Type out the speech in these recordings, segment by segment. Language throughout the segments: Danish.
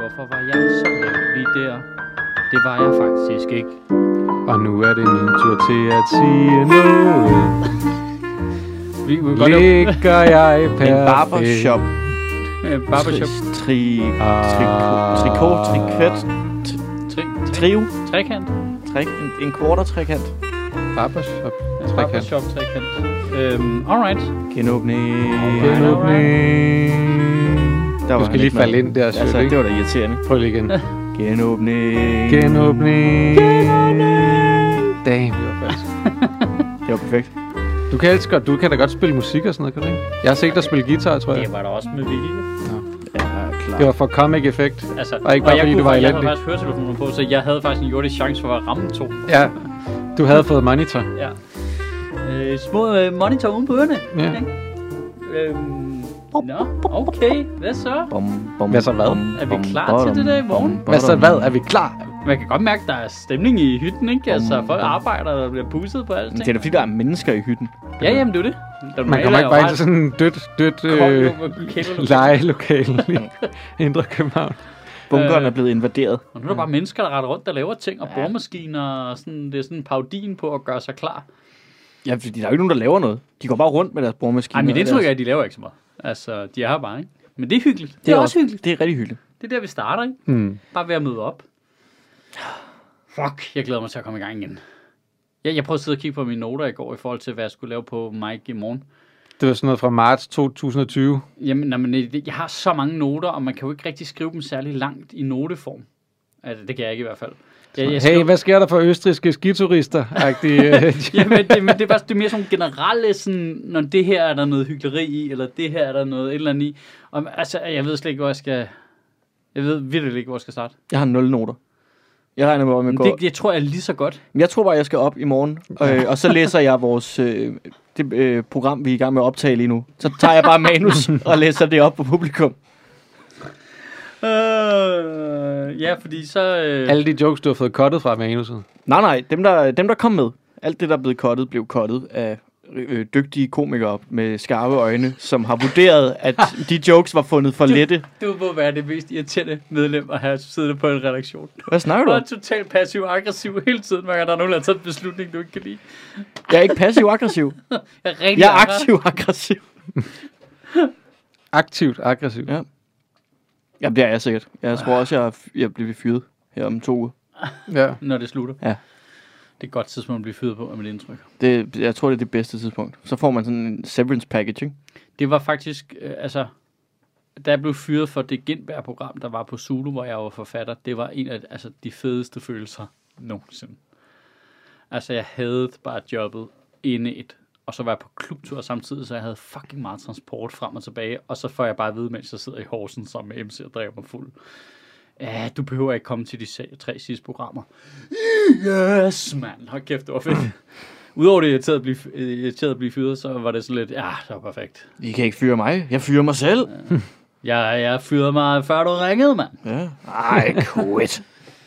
hvorfor var jeg så lav lige der? Det var jeg faktisk ikke. Og nu er det min tur til at sige noget. Ligger jeg perfekt. En barbershop. Barbershop. Trikot, trikvæt. Trio. Trekant. En quarter trekant. Barbershop. Barbershop trekant. Alright. Genåbning. Du skal lige falde ind der, altså, det var da irriterende. Prøv lige igen. Genåbning. Damn, det var falsk. Det var perfekt. Du kan da godt spille musik og sådan noget, kan du ikke? Jeg har set dig spille guitar, tror jeg. Det var da også med vilje. Ja, klar. Det var for comic effect. Altså, og ikke bare fordi du var elendig. Jeg havde faktisk høretelefoner på, så jeg havde faktisk en jordisk chance for at ramme to. Ja, du havde fået monitor. Ja. Små monitor uden på ørerne. Ja. Nå, okay. Hvad så? Hvad så hvad? Er vi klar til det der i morgen? Hvad så hvad? Er vi klar? Man kan godt mærke, at der er stemning i hytten, ikke? Altså, folk arbejder, og bliver pusset på alt. Det er da fordi, der er mennesker i hytten. Ja, jamen, det er det. Man kommer ikke bare ind til sådan en dødt legelokale i Indre København. Bunkeren er blevet invaderet. Og nu er der bare mennesker, der retter rundt, der laver ting, og boremaskiner, og sådan, det er sådan en parodien på at gøre sig klar. Ja, fordi der er jo ikke nogen, der laver noget. De går bare rundt med deres boremaskiner. Ej, men det indtryk er, at de laver ikke så meget. Altså, de er her bare, ikke? Men det er hyggeligt. Det er også hyggeligt. Det er rigtig hyggeligt. Det er der, vi starter, ikke? Bare ved at møde op. Fuck, jeg glæder mig til at komme i gang igen. Jeg prøvede at sidde og kigge på mine noter i går, i forhold til, hvad jeg skulle lave på Mike i morgen. Det var sådan noget fra marts 2020. Jamen, jeg har så mange noter, og man kan jo ikke rigtig skrive dem særlig langt i noteform. Altså, det kan jeg ikke i hvert fald. Hey, hvad sker der for østrigske skiturister? Jamen, det er bare mere sådan generelle, sådan, når det her er der noget hykleri i, eller det her er der noget et eller andet i. Og, altså, jeg ved slet ikke, hvor jeg skal... Jeg ved virkelig ikke, hvor jeg skal starte. Jeg har 0 noter. Jeg regner med, at jeg går... Det tror jeg er lige så godt. Jeg tror bare, jeg skal op i morgen, og så læser jeg vores program, vi er i gang med at optage lige nu. Så tager jeg bare manus og læser det op på publikum. Ja, fordi så... Alle de jokes, du har fået cuttet fra manuset? Nej, dem der kom med. Alt det, der er blevet cuttet, blev cuttet af dygtige komikere med skarpe øjne, som har vurderet, at de jokes var fundet for lette. Du må være det mest irriterende medlem at have siddet på en redaktion. Hvad snakker du om? Du er totalt passiv-aggressiv hele tiden, hver gang der er nogen, der har taget en beslutning, du ikke kan lide. Jeg er ikke passiv-aggressiv. Jeg er aktiv-aggressiv. Aktivt aggressiv? Ja. Ja, det er jeg sikkert. Jeg tror også, jeg bliver fyret her om 2 uger. Ja. Når det slutter. Ja. Det er et godt tidspunkt at blive fyret på, af mit indtryk. Jeg tror, det er det bedste tidspunkt. Så får man sådan en severance package, ikke? Det var faktisk, da jeg blev fyret for det Gintberg-program, der var på Zulu, hvor jeg var forfatter, det var en af de fedeste følelser nogensinde. Altså, jeg havde bare jobbet indet, og så var jeg på klubtur samtidig, så jeg havde fucking meget transport frem og tilbage, og så får jeg bare at vide, mens jeg sidder i Horsens sammen med MC og drikker mig fuld. Ja, du behøver ikke komme til de 3 sidste programmer. Yes, mand. Hold kæft, det var fedt. Udover det irriteret at blive fyret, så var det sådan lidt, ja, det var perfekt. I kan ikke fyre mig. Jeg fyrer mig selv. Jeg fyrede mig, før du ringede, mand. Ja. Ej, quit.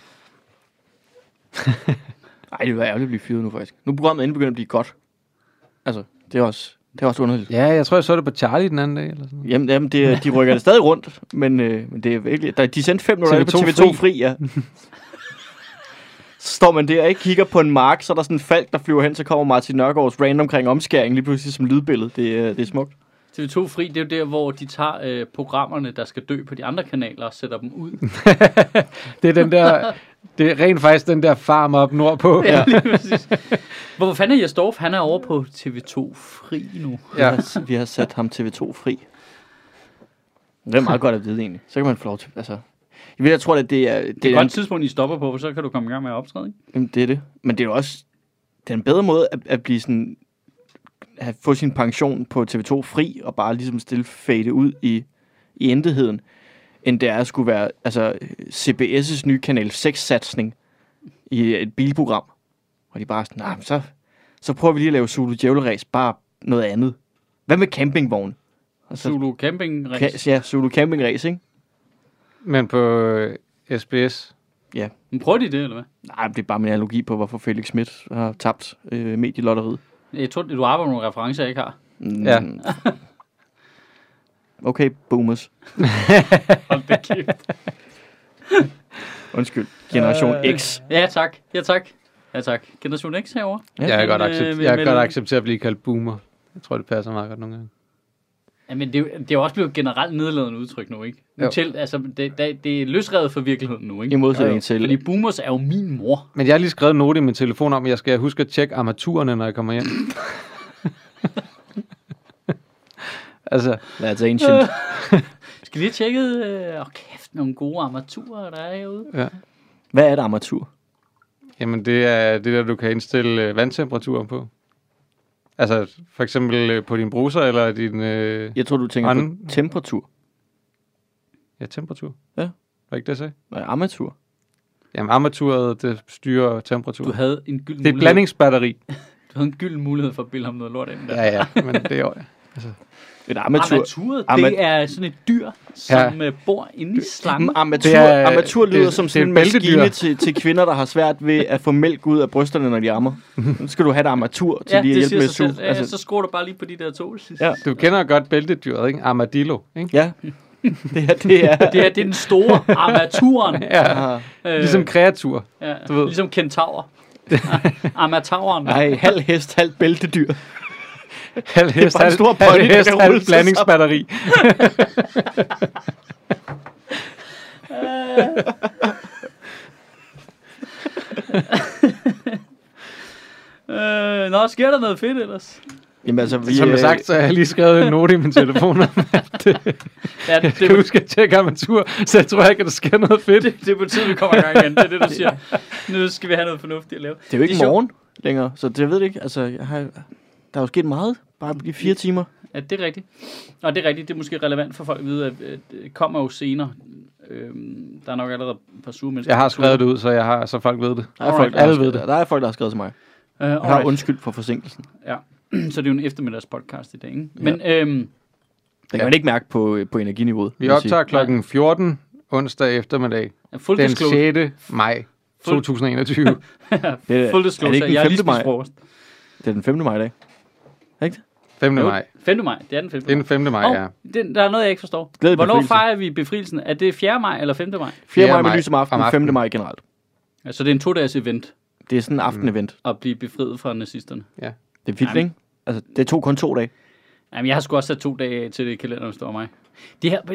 Ej, det var ærgerligt at blive fyret nu, faktisk. Nu er programmet endelig begyndt at blive godt. Altså, det er også underligt. Ja, jeg tror, jeg så det på Charlie den anden dag. Eller sådan. Jamen de rykker det stadig rundt, men det er virkelig... De sendte 5 minutter på TV2 fri, ja. Så står man der og ikke kigger på en mark, så er der sådan en falk, der flyver hen, så kommer Martin Nørgaards random omkring omskæring lige pludselig som lydbillede. Det er smukt. TV2 Fri, det er jo der, hvor de tager programmerne, der skal dø på de andre kanaler, og sætter dem ud. Det er den der... Det er rent faktisk den der farm op nordpå. Ja, lige præcis. Hvor fanden er Jes Dorf? Han er over på TV2 Fri nu. Ja. Vi har sat ham TV2 Fri. Det er meget godt at vide egentlig. Så kan man få lov til... Altså, jeg tror, at det er... Det er et godt tidspunkt, I stopper på, for så kan du komme i gang med at optræde, ikke? Jamen, det er det. Men det er jo også... Det er en bedre måde at blive sådan... At få sin pension på TV2 Fri, og bare ligesom stille fade ud i intetheden, end det er at skulle være CBS' nye Kanal 6-satsning i et bilprogram. Og de bare sådan, så prøver vi lige at lave Zulu Djævleræs, bare noget andet. Hvad med campingvogn? Zulu Campingræs? Ja, Zulu Campingræs, ikke? Men på SBS? Ja. Men prøver de det, eller hvad? Nej, det er bare min analogi på, hvorfor Felix Schmidt har tabt medielotteriet. Jeg tror, du arbejder med nogle referencer, jeg ikke har. Ja. Okay, boomers. Hold da kæft. Generation X. Ja, tak. Ja, tak. Ja, tak. Generation X herovre. Jeg kan godt acceptere at blive kaldt boomer. Jeg tror, det passer meget godt nogle gange. Ja, men det er jo også blevet generelt nedladende udtryk nu, ikke? Nu det er løsrevet for virkeligheden nu, ikke? I modsætning til... Fordi boomers er jo min mor. Men jeg har lige skrevet en note i min telefon om, at jeg skal huske at tjekke armaturerne, når jeg kommer hjem. Altså... That's ancient. Skal lige tjekke... kæft, nogle gode armaturer, der er herude. Ja. Hvad er et armatur? Jamen, det er det der, du kan indstille vandtemperaturen på. Altså, for eksempel på din bruser, eller din... Jeg tror, du tænker på temperatur. Ja, temperatur. Ja. Var ikke det, jeg sagde? Nej, armatur. Jamen, armaturet, det styrer temperatur. Du havde en gylden Det er et blandingsbatteri. Du havde en gylden mulighed for at bilde ham noget lort ind der. Ja, men det er jo... Altså. Et armatur. Det er sådan et dyr, som bor inde i slangen. Armatur lyder som sådan en maskine til kvinder, der har svært ved at få mælk ud af brysterne, når de ammer. Nu skal du have et armatur til lige at hjælpe med at suge. Ja, så skruer du bare lige på de der to. Ja. Du kender godt bæltedyret, ikke? Armadillo, ikke? Ja. Det er den store armaturen. Ja. Ligesom kreatur. Ja. Du ved. Ligesom kentaur. Armatauren. Nej, halv hest, halv bæltedyr. Halv hest, halv blandingsbatteri. Nå, sker der noget fedt ellers? Jamen altså, som jeg sagt, så har jeg lige skrevet en note i min telefon om, at du skal tjekke armatur, så jeg tror ikke, at der sker noget fedt. Det er på tiden, vi kommer i gang igen. Det er det, du siger. Nu skal vi have noget fornuftigt at lave. Det er jo ikke morgen længere, så det ved jeg ikke. Altså, der er jo sket meget, bare på de 4 timer. Ja, det er rigtigt. Og det er rigtigt, det er måske relevant for folk at vide, at det kommer jo senere. Der er nok allerede et par sure mennesker. Jeg har skrevet det ud, så folk ved det. Alle ved det. Der er folk, der har skrevet til mig. Jeg har undskyld for forsinkelsen. Ja, så det er jo en eftermiddagspodcast i dag, ikke? Men, det kan man ikke mærke på energiniveauet. Vi optager klokken 14 onsdag eftermiddag. Den 6. maj 2021. Full disclosure, jeg har lige spist frokost. Det er den 5. maj i dag. Ikke det? 5. maj. 5. maj, det er den 5. Det er den 5. maj, ja. Der er noget, jeg ikke forstår. Hvornår fejrer vi befrielsen? Er det 4. maj eller 5. maj? 4. maj med lys om aftenen, 5. maj generelt. Ja, så det er en 2-dages event. Det er sådan en aften-event. At blive befriet fra nazisterne. Ja. Det er vildt, ikke? Altså, det er kun 2 dage. Jamen, jeg har sgu også sat 2 dage af til det kalender, hvis det var mig. Det her,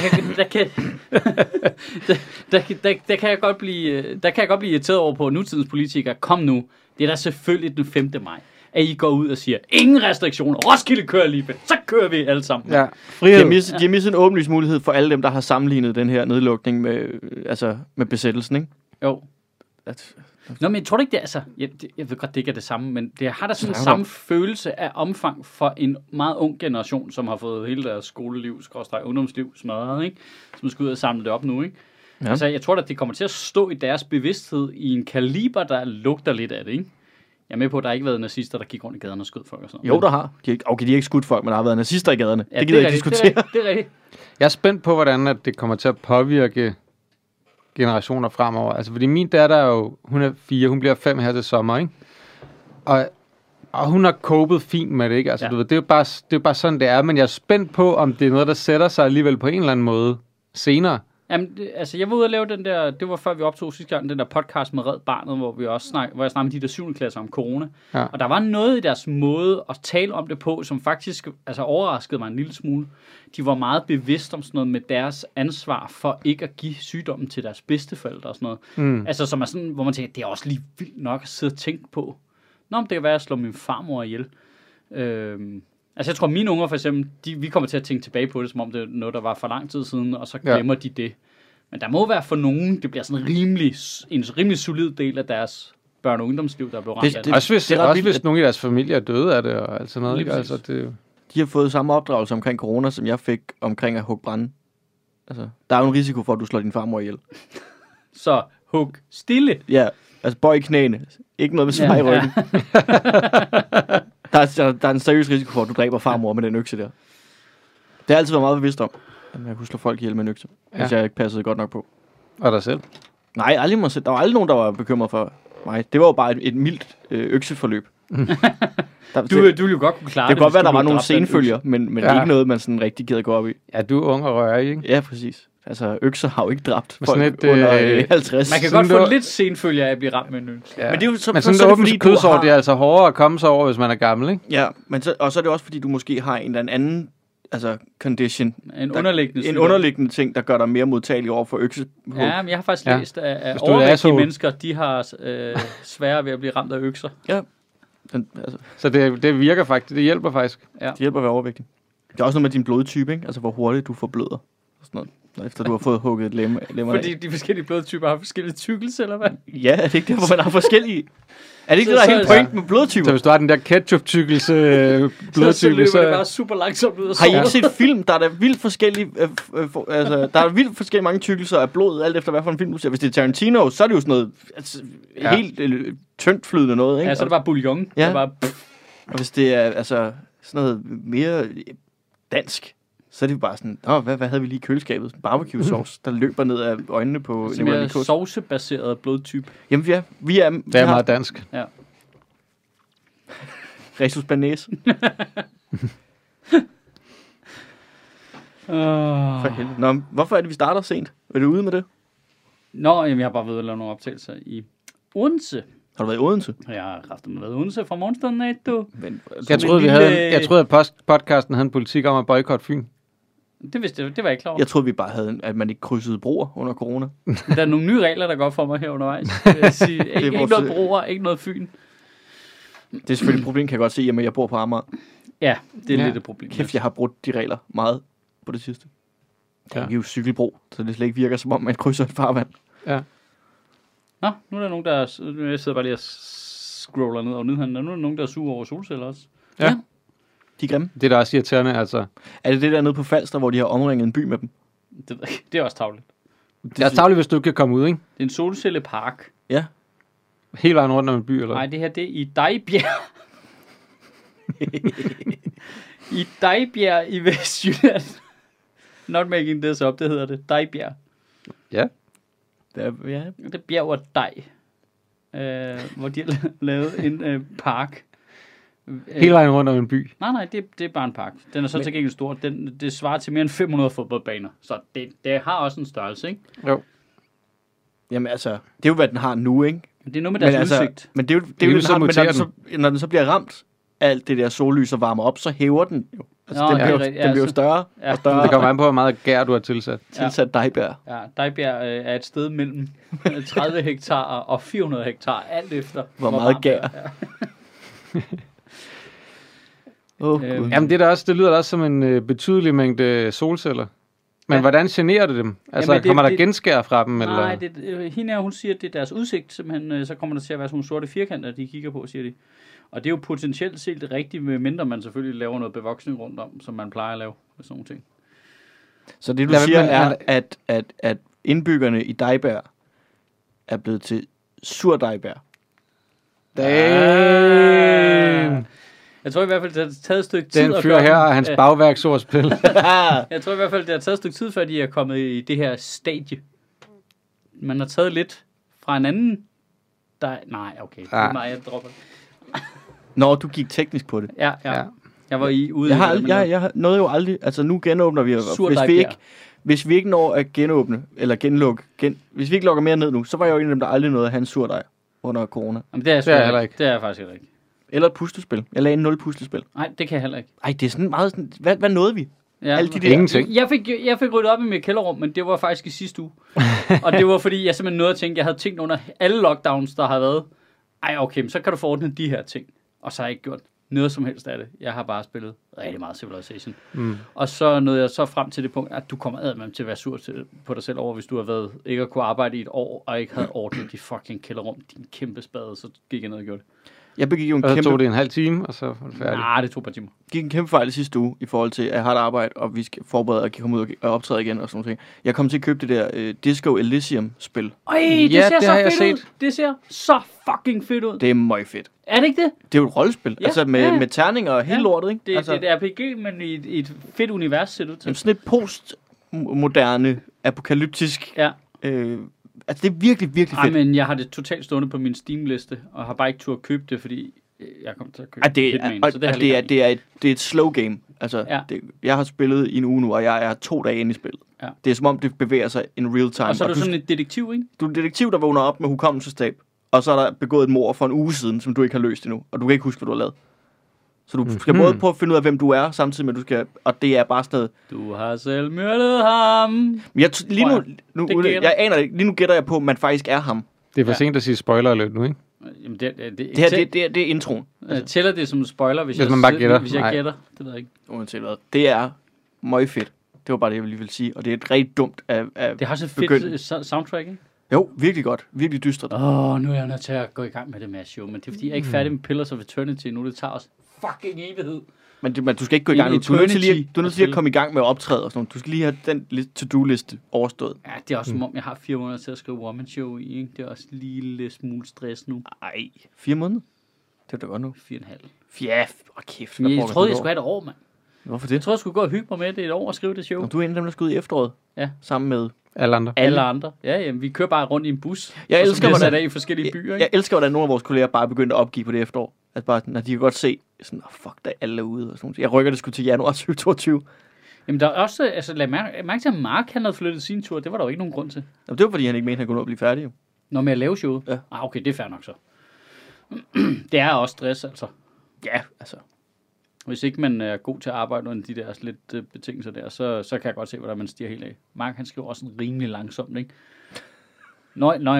der kan jeg godt blive irriteret over på nutidens politikere. Kom nu, det er da selvfølgelig den 5. maj, at I går ud og siger, ingen restriktioner, Roskilde kører alligevel, så kører vi alle sammen. Ja, frihed. De har misset en åbenlys mulighed for alle dem, der har sammenlignet den her nedlukning med besættelsen, ikke? Jo. Nå, men jeg tror ikke, det er altså... Jeg ved godt, det ikke er det samme, men det har da sådan en samme følelse af omfang for en meget ung generation, som har fået hele deres skoleliv, ungdomsliv smadret, ikke? Som skal ud og samle det op nu, ikke? Ja. Altså, jeg tror, at det kommer til at stå i deres bevidsthed i en kaliber, der lugter lidt af det, ikke? Jeg er med på, at der ikke har været nazister, der gik rundt i gaderne og skød folk og sådan noget. Jo, der har. De har ikke skudt folk, men der har været nazister i gaderne. Ja, det gider jeg ikke diskutere. Det er rigtigt. Jeg er spændt på, hvordan at det kommer til at påvirke generationer fremover. Altså, fordi min datter er jo, hun er 4, hun bliver 5 her til sommer, ikke? Og hun har copet fint med det, ikke? Altså, du ved, det er jo bare sådan, det er, men jeg er spændt på, om det er noget, der sætter sig alligevel på en eller anden måde senere. Jamen, altså, jeg var ude og lave den der, det var før vi optog sidste gang, den der podcast med Red Barnet, hvor jeg snakkede med de der 7. klasser om corona. Ja. Og der var noget i deres måde at tale om det på, som faktisk overraskede mig en lille smule. De var meget bevidst om sådan noget med deres ansvar for ikke at give sygdommen til deres bedsteforældre og sådan noget. Mm. Altså, som er sådan, hvor man tænker, det er også lige vildt nok at sidde og tænke på. Nå, men det kan være, at jeg slår min farmor ihjel. Altså, jeg tror, mine unger for eksempel, vi kommer til at tænke tilbage på det, som om det er noget, der var for lang tid siden, og så glemmer de det. Men der må være for nogen, det bliver sådan en rimelig solid del af deres børne- og ungdomsliv, der bliver ramt af det. Også hvis nogen i deres familie er døde af det, og alt sådan noget. Ikke? Altså, det... De har fået samme opdragelse omkring corona, som jeg fik omkring at hugge brænde. Altså, der er jo en risiko for, at du slår din farmor ihjel. Så hug stille. Ja, altså bøj knæene. Ikke noget med svej i ryggen. Der er en seriøs risiko for, at du dræber farmor med den økse der. Det har altid været meget bevidst om, at jeg kunne slå folk ihjel med en økse, hvis jeg ikke passede godt nok på. Og dig selv? Nej, aldrig mig selv. Der var aldrig nogen, der var bekymret for mig. Det var jo bare et mildt økseforløb. Du ville jo godt kunne klare det. Det kan godt være, der var nogle senfølger, men ikke noget, man sådan rigtig gider gå op i. Ja, du er ung og rører, ikke? Ja, præcis. Altså, økser har jo ikke dræbt Men folk sådan et, under 50. Man kan Sådan godt få noget- lidt senfølge af at blive ramt med en økse. Ja. Men det er jo så, Men så sådan er et det, fordi åbent du kødsår, har- det er altså hårdere at komme sig over, hvis man er gammel, ikke? Ja, men og så er det også, fordi du måske har en eller anden condition. En underliggende En sygdom. underliggende ting, der gør dig mere modtagelig over for økse. Ja, men jeg har faktisk Ja. læst, at Hvis du er overvægtige asshole. mennesker, de har sværere ved at blive ramt af økser. Altså, Så det virker faktisk, det hjælper faktisk. Ja. det hjælper at være overvægtig. Det er også noget med din blodtype, ikke? Altså, hvor hurtigt du forbløder. Og sådan noget. Efter du har fået hugget et lemmer Fordi de forskellige blodtyper har forskellige tykkelse, eller hvad? Ja, er det ikke der, hvor man har forskellige... Er det ikke Så- det, der er helt så- point med blodtyper? Så hvis du har den der ketchup-tykkelse Så blodtype, løber det bare super langsomt ud af Har I såret. ikke set film? Der er der vildt forskellige, der er vildt forskellige mange tykkelser af blodet, alt efter hvad for en film du ser. Hvis det er Tarantino, så er det jo sådan noget helt tyndt flydende noget, ikke? Ja, så er det bare bouillon. Ja. Der er bare, Og hvis det er sådan noget mere dansk, så er det jo bare sådan, hvad havde vi lige i køleskabet? Barbecue sauce, der løber ned af øjnene på det er mere sovsebaseret blodtype. Jamen, vi det er meget dansk. Ja. Resus Banæs. For helvede. Nå, hvorfor er det, vi starter sent? Er du ude med det? Nå, jamen, jeg har bare ved at lave nogle optagelser i Odense. Har du været i Odense? Jeg har haft med Odense fra morgenstunden af, du. Men, Jeg troede, at podcasten havde en politik om at boykotte Fyn. Det vidste jeg, det var jeg ikke klar over. jeg troede, vi bare havde, at man ikke krydsede broer under corona. Der er nogle nye regler, der går for mig her undervejs. Vil jeg sige. Ikke vores- noget broer, ikke noget Fyn. Det er selvfølgelig et problem, kan jeg godt se, at jeg bor på Amager. Ja, det er Ja. lidt et problem. Kæft, jeg har brudt de regler meget på det sidste. Ja. Det er jo cykelbro, så det slet ikke virker, som om man krydser et farvand. Ja. Nå, nu er der nogen, der jeg sidder bare lige og scroller ned over nyhederne. Nu er der nogen, der er sure over solceller også. De er grimme. Det er da også irriterende, altså. Er det der nede på Falster, hvor de har omringet en by med dem? Det er også tavligt. Det er tavligt, hvis du ikke kan komme ud, ikke? Det er en solcellepark. Ja. Hele vejen rundt om en by, eller? Nej, det her det er i Dejbjerg. I Dejbjerg i Vestjylland. Not making this up, det hedder det. Dejbjerg. Ja. Ja. Det er bjerg og dej. Hvor de har lavet en park. Hele vejen rundt om en by. Nej, det er bare en park. Den er så til gengæld stor. Det svarer til mere end 500 fodboldbaner. Så det har også en størrelse, ikke? Jo. Jamen altså, det er jo, hvad den har nu, ikke? Men det er noget med deres udsigt. Men det er jo, kan den så har, men mutere når den så bliver ramt, alt det der sollys og varmer op, så hæver den jo. Altså, Nå, den, det er bliver, rigtigt. den bliver jo Ja, større ja. og større. Det kommer an på, hvor meget gær du har tilsat. Tilsat Dejbjerg. Ja, Dejbjerg er et sted mellem 30 hektar og 400 hektar, alt efter Hvor meget varmt det gær. er. Gud. Jamen, det lyder da også som en betydelig mængde solceller. Men Ja. hvordan generer det dem? Altså, Jamen, kommer der genskær fra dem? Nej, Eller? hende her, hun siger, at det er deres udsigt, simpelthen, så kommer der til at være sådan nogle sorte firkanter, de kigger på, siger de. Og det er jo potentielt set det rigtige, medmindre man selvfølgelig laver noget bevoksning rundt om, som man plejer at lave med sådan nogle ting. Så det, du Ja, siger, men- er, at indbyggerne i Dejbjerg er blevet til Surdejbjerg. Damn. Jeg tror i hvert fald, det har taget et stykke tid Den at fyr gøre her dem- og hans bagværksordspil. Jeg tror i hvert fald, det har taget et stykke tid, før de er kommet i det her stadie. Man har taget lidt fra en anden... Nej, okay. Det er mig, jeg dropper det. Når du gik teknisk på det. Ja. Ja. Jeg var ude Jeg i har, det, men- jeg nåede jo aldrig, altså nu genåbner vi, Surdejbjerg. hvis vi ikke når at genåbne, eller genlukke, hvis vi ikke lukker mere ned nu, så var jeg jo en af dem, der aldrig nåede at have en surdej under corona. Jamen, det er jeg, Det er jeg heller ikke. Det er jeg faktisk ikke. Eller et puslespil. Jeg lagde 0 puslespil. Nej, det kan jeg heller ikke. Ej, det er sådan meget sådan, hvad nåede vi? Ja. Alle de der- Ingenting. Jeg fik ryddet op i mit kælderrum, men det var faktisk i sidste uge. Og det var fordi, jeg simpelthen nåede at tænke, jeg havde tænkt under alle lockdowns, der har været. Ej, okay, men så kan du få ordnet de her ting. Og så har jeg ikke gjort noget som helst af det. Jeg har bare spillet rigtig meget Civilization. Mm. Og så nåede jeg så frem til det punkt, at du kommer ad til at være sur på dig selv over, hvis du har været ikke at kunne arbejde i et år, og ikke havde ordnet de fucking kælderrum, din kæmpe spade, så gik jeg ned og gjorde det. Jeg begik jo Og så tog det en halv time, og så var det færdigt. Nej, det tog et par timer. gik en kæmpe fejl i sidste uge, i forhold til, at jeg har et arbejde, og vi skal forberede at komme ud og optræde igen, og sådan noget. Jeg kom til at købe det der Disco Elysium-spil. Øj, det Ja, ser det så har jeg fedt ud. set. Det ser så fucking fedt ud. Det er meget fedt. Er det ikke det? Det er jo et rollespil, Ja, altså med, ja. med terninger og hele lortet, ikke? Det, altså, det er et RPG, men i et fedt univers ser det ud til. jamen, sådan et postmoderne, apokalyptisk... Ja. Altså, det er virkelig, virkelig Ej, fedt. men jeg har det totalt stående på min Steam-liste, og har bare ikke turde købe det, fordi jeg kom til at købe Ej, det, Hitman, og, så og det har jeg lige gang i. det er et slow game. Altså, Ja. jeg har spillet i en uge nu, og jeg er 2 dage inde i spillet. Ja. Det er som om, det bevæger sig in real time. Og så er du sådan et detektiv, ikke? Du er en detektiv, der vågner op med hukommelsestab, og så er der begået et mord for en uge siden, som du ikke har løst endnu, og du kan ikke huske, hvad du har lavet. Så du skal både prøve at finde ud af, hvem du er, samtidig med, at du skal... Og det er bare sådan noget... Du har selv myrdet ham. Men jeg aner det ikke. Lige nu gætter jeg på, at man faktisk er ham. Det er for sent at sige spoiler alert nu, ikke? Jamen, Det her, det er introen. Tæller det som en spoiler, hvis man bare gætter? Hvis jeg gætter? Det ved jeg ikke. Uanset hvad. Det er møgfedt. Det var bare det, jeg lige ville sige. Og det er et rigtig dumt af Det har så fedt soundtrack, ikke? Jo, virkelig godt. Virkelig dystert. Nu er jeg nødt til at gå i gang med det med show, men det er fordi, jeg er ikke færdig med Pillars of Eternity nu. Det tager os fucking evighed. Men du skal ikke gå i gang nu. Du er nødt til lige at komme i gang med at optræde og sådan noget. Du skal lige have den to-do-liste overstået. Ja, det er også som om, jeg har 4 måneder til at skrive Woman Show i, ikke? Det er også lige lidt smule stress nu. Ej, 4 måneder? Det er da godt nu. 4,5. Ja, kæft. Men jeg troede, jeg skulle have et år, mand. Hvorfor det? Jeg troede, jeg skulle gå og hygge mig med det et år og skrive det show. Og du er en af dem, der skal ud i efteråret. Ja. Sammen med Alle andre. Alle andre. Ja, jamen, vi kører bare rundt i en bus. Jeg elsker, og så bliver hvordan sat af i forskellige byer, ikke? Jeg elsker, hvordan nogle af vores kolleger bare begyndte at opgive på det efterår. Altså bare, når de kan godt se, sådan, fuck, der er alle ude. Og sådan noget. Jeg rykker det sgu til januar 2022. Jamen, der er også, altså, lad mærke til, at Mark, han havde flyttet sin tur. Det var der jo ikke nogen grund til. Jamen, det var, fordi han ikke mente, han kunne nå at blive færdig. Jo. Når med at lave showet? Ja. Okay, det er fair nok så. Det er også stress, altså. Ja, altså. Hvis ikke man er god til at arbejde under de der lidt betingelser der, så kan jeg godt se, hvordan man stiger helt af. Mark, han skriver også rimelig langsomt, ikke? Nå ja,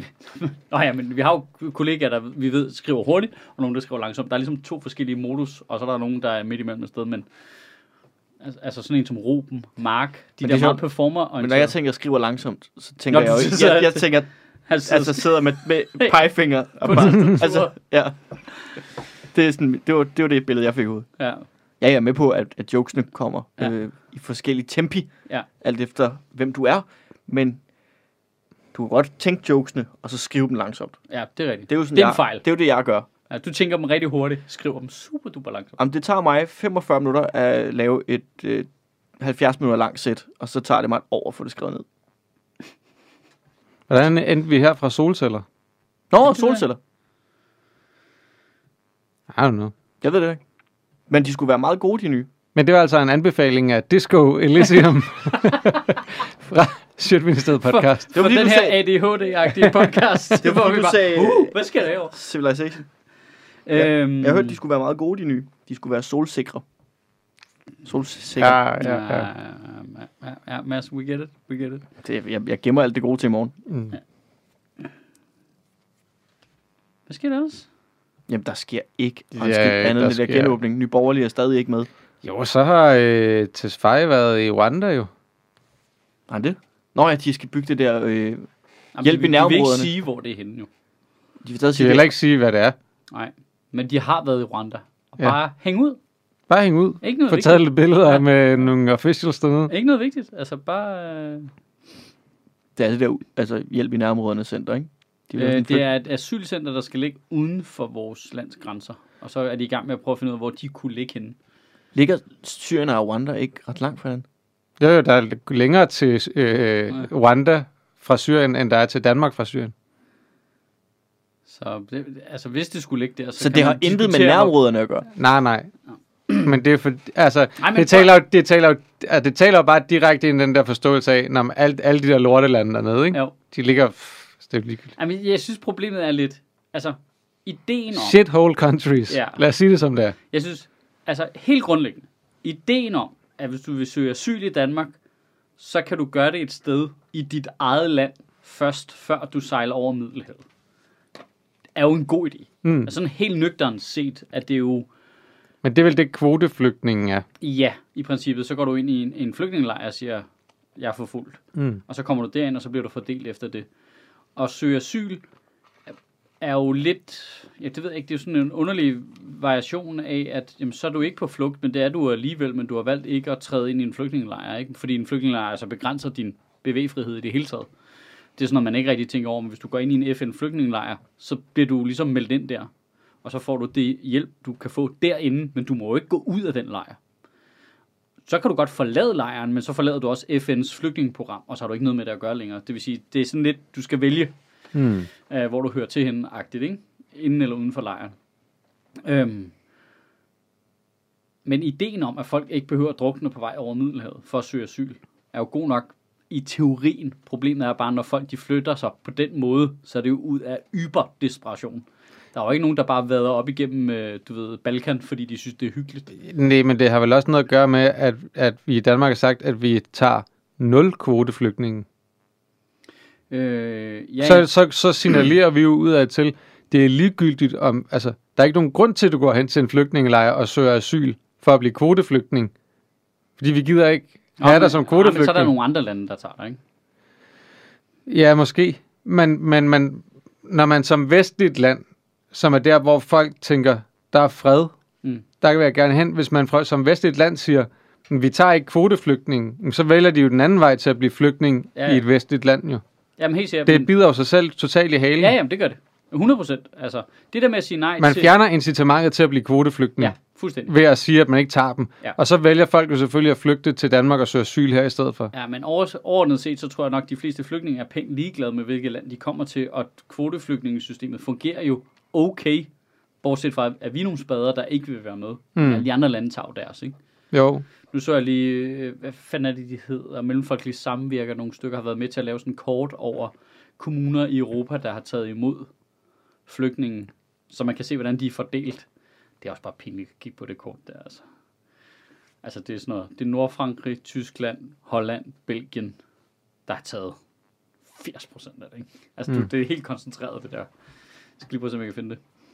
men vi har jo kollegaer, der vi ved skriver hurtigt, og nogen, der skriver langsomt. Der er ligesom 2 forskellige modus, og så er der nogen, der er midt imellem et sted, men altså sådan en som Ruben, Mark, de der meget performer. Men når jeg tænker, at skriver langsomt, så tænker jeg jo ikke, jeg tænker, altså sidder med pegefinger og bare, altså, ja. Det er sådan, det var det billede, jeg fik ud. Ja. Jeg er med på, at jokesene kommer i forskellige tempi, alt efter hvem du er, men du kan godt tænke jokesene, og så skrive dem langsomt. Ja, det er rigtigt. Det er jo sådan, det er en fejl. Det er jo det, jeg gør. Ja, du tænker dem rigtig hurtigt, skriver dem super duper langsomt. Jamen, det tager mig 45 minutter at lave et 70 minutter langt sæt, og så tager det mig et år at få det skrevet ned. Hvordan endte vi her fra solceller? Nå, solceller. I don't know. Jeg ved det ikke. Men de skulle være meget gode, de nye. Men det var altså en anbefaling af Disco Elysium fra Sjøtministeriet podcast. Det var den her ADHD-agtige podcast. Det var, vi bare, sagde, hvad sker der herovre? Civilization. Jeg hørte, de skulle være meget gode, de nye. De skulle være solsikre. Solsikre. Ja, Mads, we get it. Jeg gemmer alt det gode til i morgen. Mm. Hvad sker der også? Jamen, der sker ikke andet end det der genåbning. Nye Borgerlige er stadig ikke med. Jo, så har Tesfaye været i Rwanda jo. Nej, det? Nå ja, de skal bygge det der hjælp i nærområderne. De vil ikke sige, hvor det er henne jo. De vil heller ikke sige, hvad det er. Nej, men de har været i Rwanda. Og bare hæng ud. Bare hæng ud. Ikke noget få taget lidt billeder med nogle officials dernede. Ikke noget vigtigt. Altså bare... Det er det der altså, hjælp i nærområderne center, ikke? Det er et asylcenter, der skal ligge uden for vores lands grænser. Og så er de i gang med at prøve at finde ud af, hvor de kunne ligge henne. Ligger Syrien og Rwanda ikke ret langt fra den? Jo, der er længere til Rwanda fra Syrien, end der er til Danmark fra Syrien. Så altså, hvis det skulle ligge der... Så det har intet med nærområderne at gøre? Nej. Men det er for... Altså, det taler jo bare direkte ind i den der forståelse af, når alle de der lortelande dernede, ikke? Jo. De ligger... Jamen, jeg synes, problemet er lidt... Altså, ideen om... Shithole countries. Ja. Lad os sige det som det er. Jeg synes, altså helt grundlæggende, ideen om, at hvis du vil søge asyl i Danmark, så kan du gøre det et sted i dit eget land først, før du sejler over Middelhavet. Er jo en god idé. Altså sådan helt nøgternt set, at det er jo... Men det er vel det kvoteflygtningen er? Ja, i princippet. Så går du ind i en flygtningelejr og siger, jeg er forfulgt. Og så kommer du derind, og så bliver du fordelt efter det. Og søge asyl er jo lidt, det ved jeg ikke, det er jo sådan en underlig variation af, at jamen, så er du ikke på flugt, men det er du alligevel, men du har valgt ikke at træde ind i en flygtningelejr, ikke? Fordi en flygtningelejr altså begrænser din bevægfrihed i det hele taget. Det er sådan noget, man ikke rigtig tænker over, men hvis du går ind i en FN-flygtningelejr, så bliver du ligesom meldt ind der, og så får du det hjælp, du kan få derinde, men du må jo ikke gå ud af den lejr. Så kan du godt forlade lejren, men så forlader du også FN's flygtningeprogram, og så har du ikke noget med det at gøre længere. Det vil sige, det er sådan lidt, du skal vælge, hvor du hører til henne-agtigt, ikke? Inden eller uden for lejren. Men ideen om, at folk ikke behøver at drukne på vej over Middelhavet for at søge asyl, er jo god nok i teorien. Problemet er bare, når folk de flytter sig på den måde, så er det jo ud af desperation. Der er jo ikke nogen, der bare vader op igennem, Balkan, fordi de synes, det er hyggeligt. Nej, men det har vel også noget at gøre med, at vi i Danmark har sagt, at vi tager 0 kvoteflygtninge. Ja. Så signalerer vi jo udad til, det er ligegyldigt om, altså, der er ikke nogen grund til, at du går hen til en flygtningelejr og søger asyl for at blive kvoteflygtning. Fordi vi gider ikke have dig som kvoteflygtning. Men så er der nogle andre lande, der tager dig, ikke? Ja, måske. Men når man som vestligt land, som er der, hvor folk tænker, der er fred, der vil jeg gerne hen. Hvis man som vestligt land siger, vi tager ikke kvoteflygtning, så vælger de jo den anden vej til at blive flygtning i et vestligt land, jo. Jamen, helt sikkert. Det bider jo sig selv totalt i halen. Ja, jamen, det gør det. 100%. Altså, det der med at sige nej man fjerner incitamentet til at blive kvoteflygtning. Ja, fuldstændig. Ved at sige, at man ikke tager dem. Ja. Og så vælger folk jo selvfølgelig at flygte til Danmark og søge asyl her i stedet for. Ja, men overordnet set, så tror jeg nok, at de fleste flygtninge er pænt ligeglade med, hvilket land de kommer til, og kvoteflygtningesystemet fungerer jo okay, bortset fra, at vi er nogle spader, der ikke vil være med. Alle de andre lande tager jo deres, ikke? Jo. Nu så jeg lige, hvad fanden er det, de hedder? Mellemfolkelige Samvirker, nogle stykker har været med til at lave sådan en kort over kommuner i Europa, der har taget imod flygtningen, så man kan se, hvordan de er fordelt. Det er også bare pinligt at kigge på det kort der, altså. Altså, det er sådan noget, det er Nordfrankrig, Tyskland, Holland, Belgien, der har taget 80% af det, ikke? Altså, det er helt koncentreret, det der. Jeg skal lige prøve, om jeg kan finde det.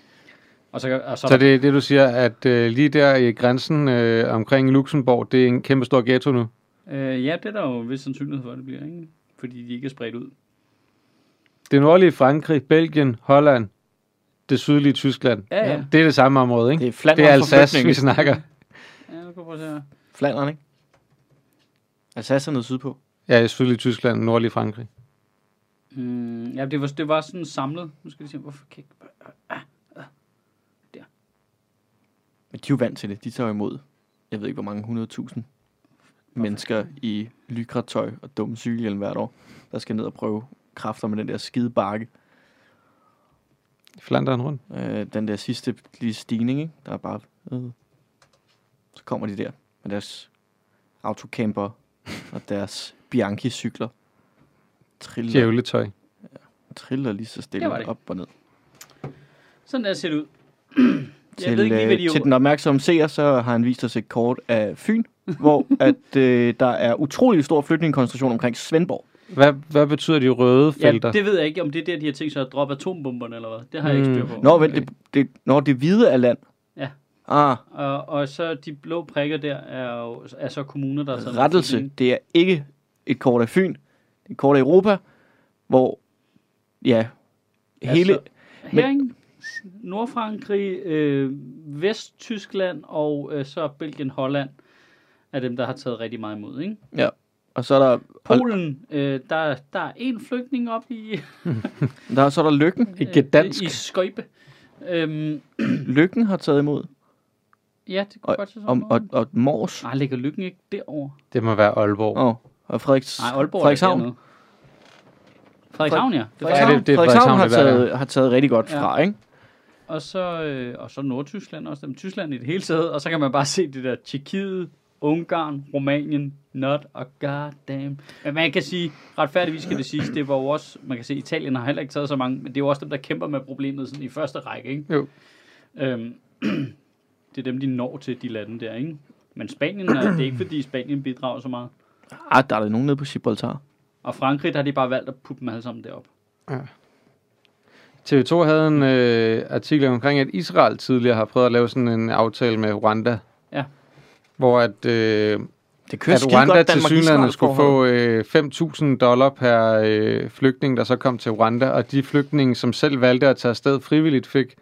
Så det er det, du siger, at lige der i grænsen omkring Luxembourg, det er en kæmpe stor ghetto nu? Ja, det er der jo vist sandsynlighed for, at det bliver, ikke? Fordi de ikke er spredt ud. Det nordlige Frankrig, Belgien, Holland, det sydlige Tyskland. Ja. Det er det samme område, ikke? Det er Flandern det er Alsace, vi snakker. Ja, nu kan jeg prøve at se her. Flandern, ikke? Alsace er noget sydpå. Ja, i sydlige Tyskland, nordlige Frankrig. Ja, det var sådan samlet. Nu skal vi se, hvorfor kan jeg der. Men de er jo vant til det. De tager jo imod, jeg ved ikke, hvor mange 100.000 mennesker i lykratøj og dumme cykelhjelm hvert år, der skal ned og prøve kræfter med den der skide bakke. Flandern rundt. Den der sidste lille stigning, ikke? Der er bare... Så kommer de der med deres autocamper og deres Bianchi-cykler. Djævletøj. Triller lige så stille op og ned. Sådan der ser det ud. Til den opmærksomme seer, så har han vist os et kort af Fyn, hvor at, der er utrolig stor flygtningekoncentration omkring Svendborg. Hvad betyder de røde felter? Ja, det ved jeg ikke, om det er der, de har tænkt sig at droppe atombomberne, eller hvad. Det har jeg ikke styr på. Nå, vent, det hvide er land. Ja. Ah. Og så de blå prikker der er så kommuner, der har taget rettelse. Det er ikke et kort af Fyn. Det er et kort af Europa, hvor, ja, hele... Altså, herinde, Nordfrankrig, Vesttyskland og så Belgien, Holland er dem, der har taget rigtig meget imod, ikke? Ja. Og så er der... Polen, der er en flygtning op i... så er der Løkken. Ikke dansk. I Skøjbe. Løkken har taget imod. Ja, det kunne godt se sådan. Og Mors. Nej, ligger Løkken ikke derovre? Det må være Aalborg. Og Frederikshavn. Frederikshavn, ja. Frederikshavn har taget rigtig godt fra, ikke? Og så Nordtyskland også. Dem Tyskland i det hele taget. Og så kan man bare se det der Tjekkiet, Ungarn, Rumænien, not a goddamn. Men man kan sige, retfærdigvis skal det siges, det var jo også, man kan se, Italien har heller ikke taget så mange, men det er jo også dem, der kæmper med problemet sådan i første række, ikke? Jo. Det er dem, de når til de lande der, ikke? Men Spanien, det er ikke fordi Spanien bidrager så meget. Der er nogen nede på Gibraltar. Og Frankrig, der har de bare valgt at putte dem alle sammen derop. Ja. TV2 havde en artikel omkring, at Israel tidligere har prøvet at lave sådan en aftale med Rwanda. Ja. Hvor at Rwanda til synligheden skulle få $5,000 per flygtning, der så kom til Rwanda. Og de flygtninge, som selv valgte at tage afsted frivilligt, fik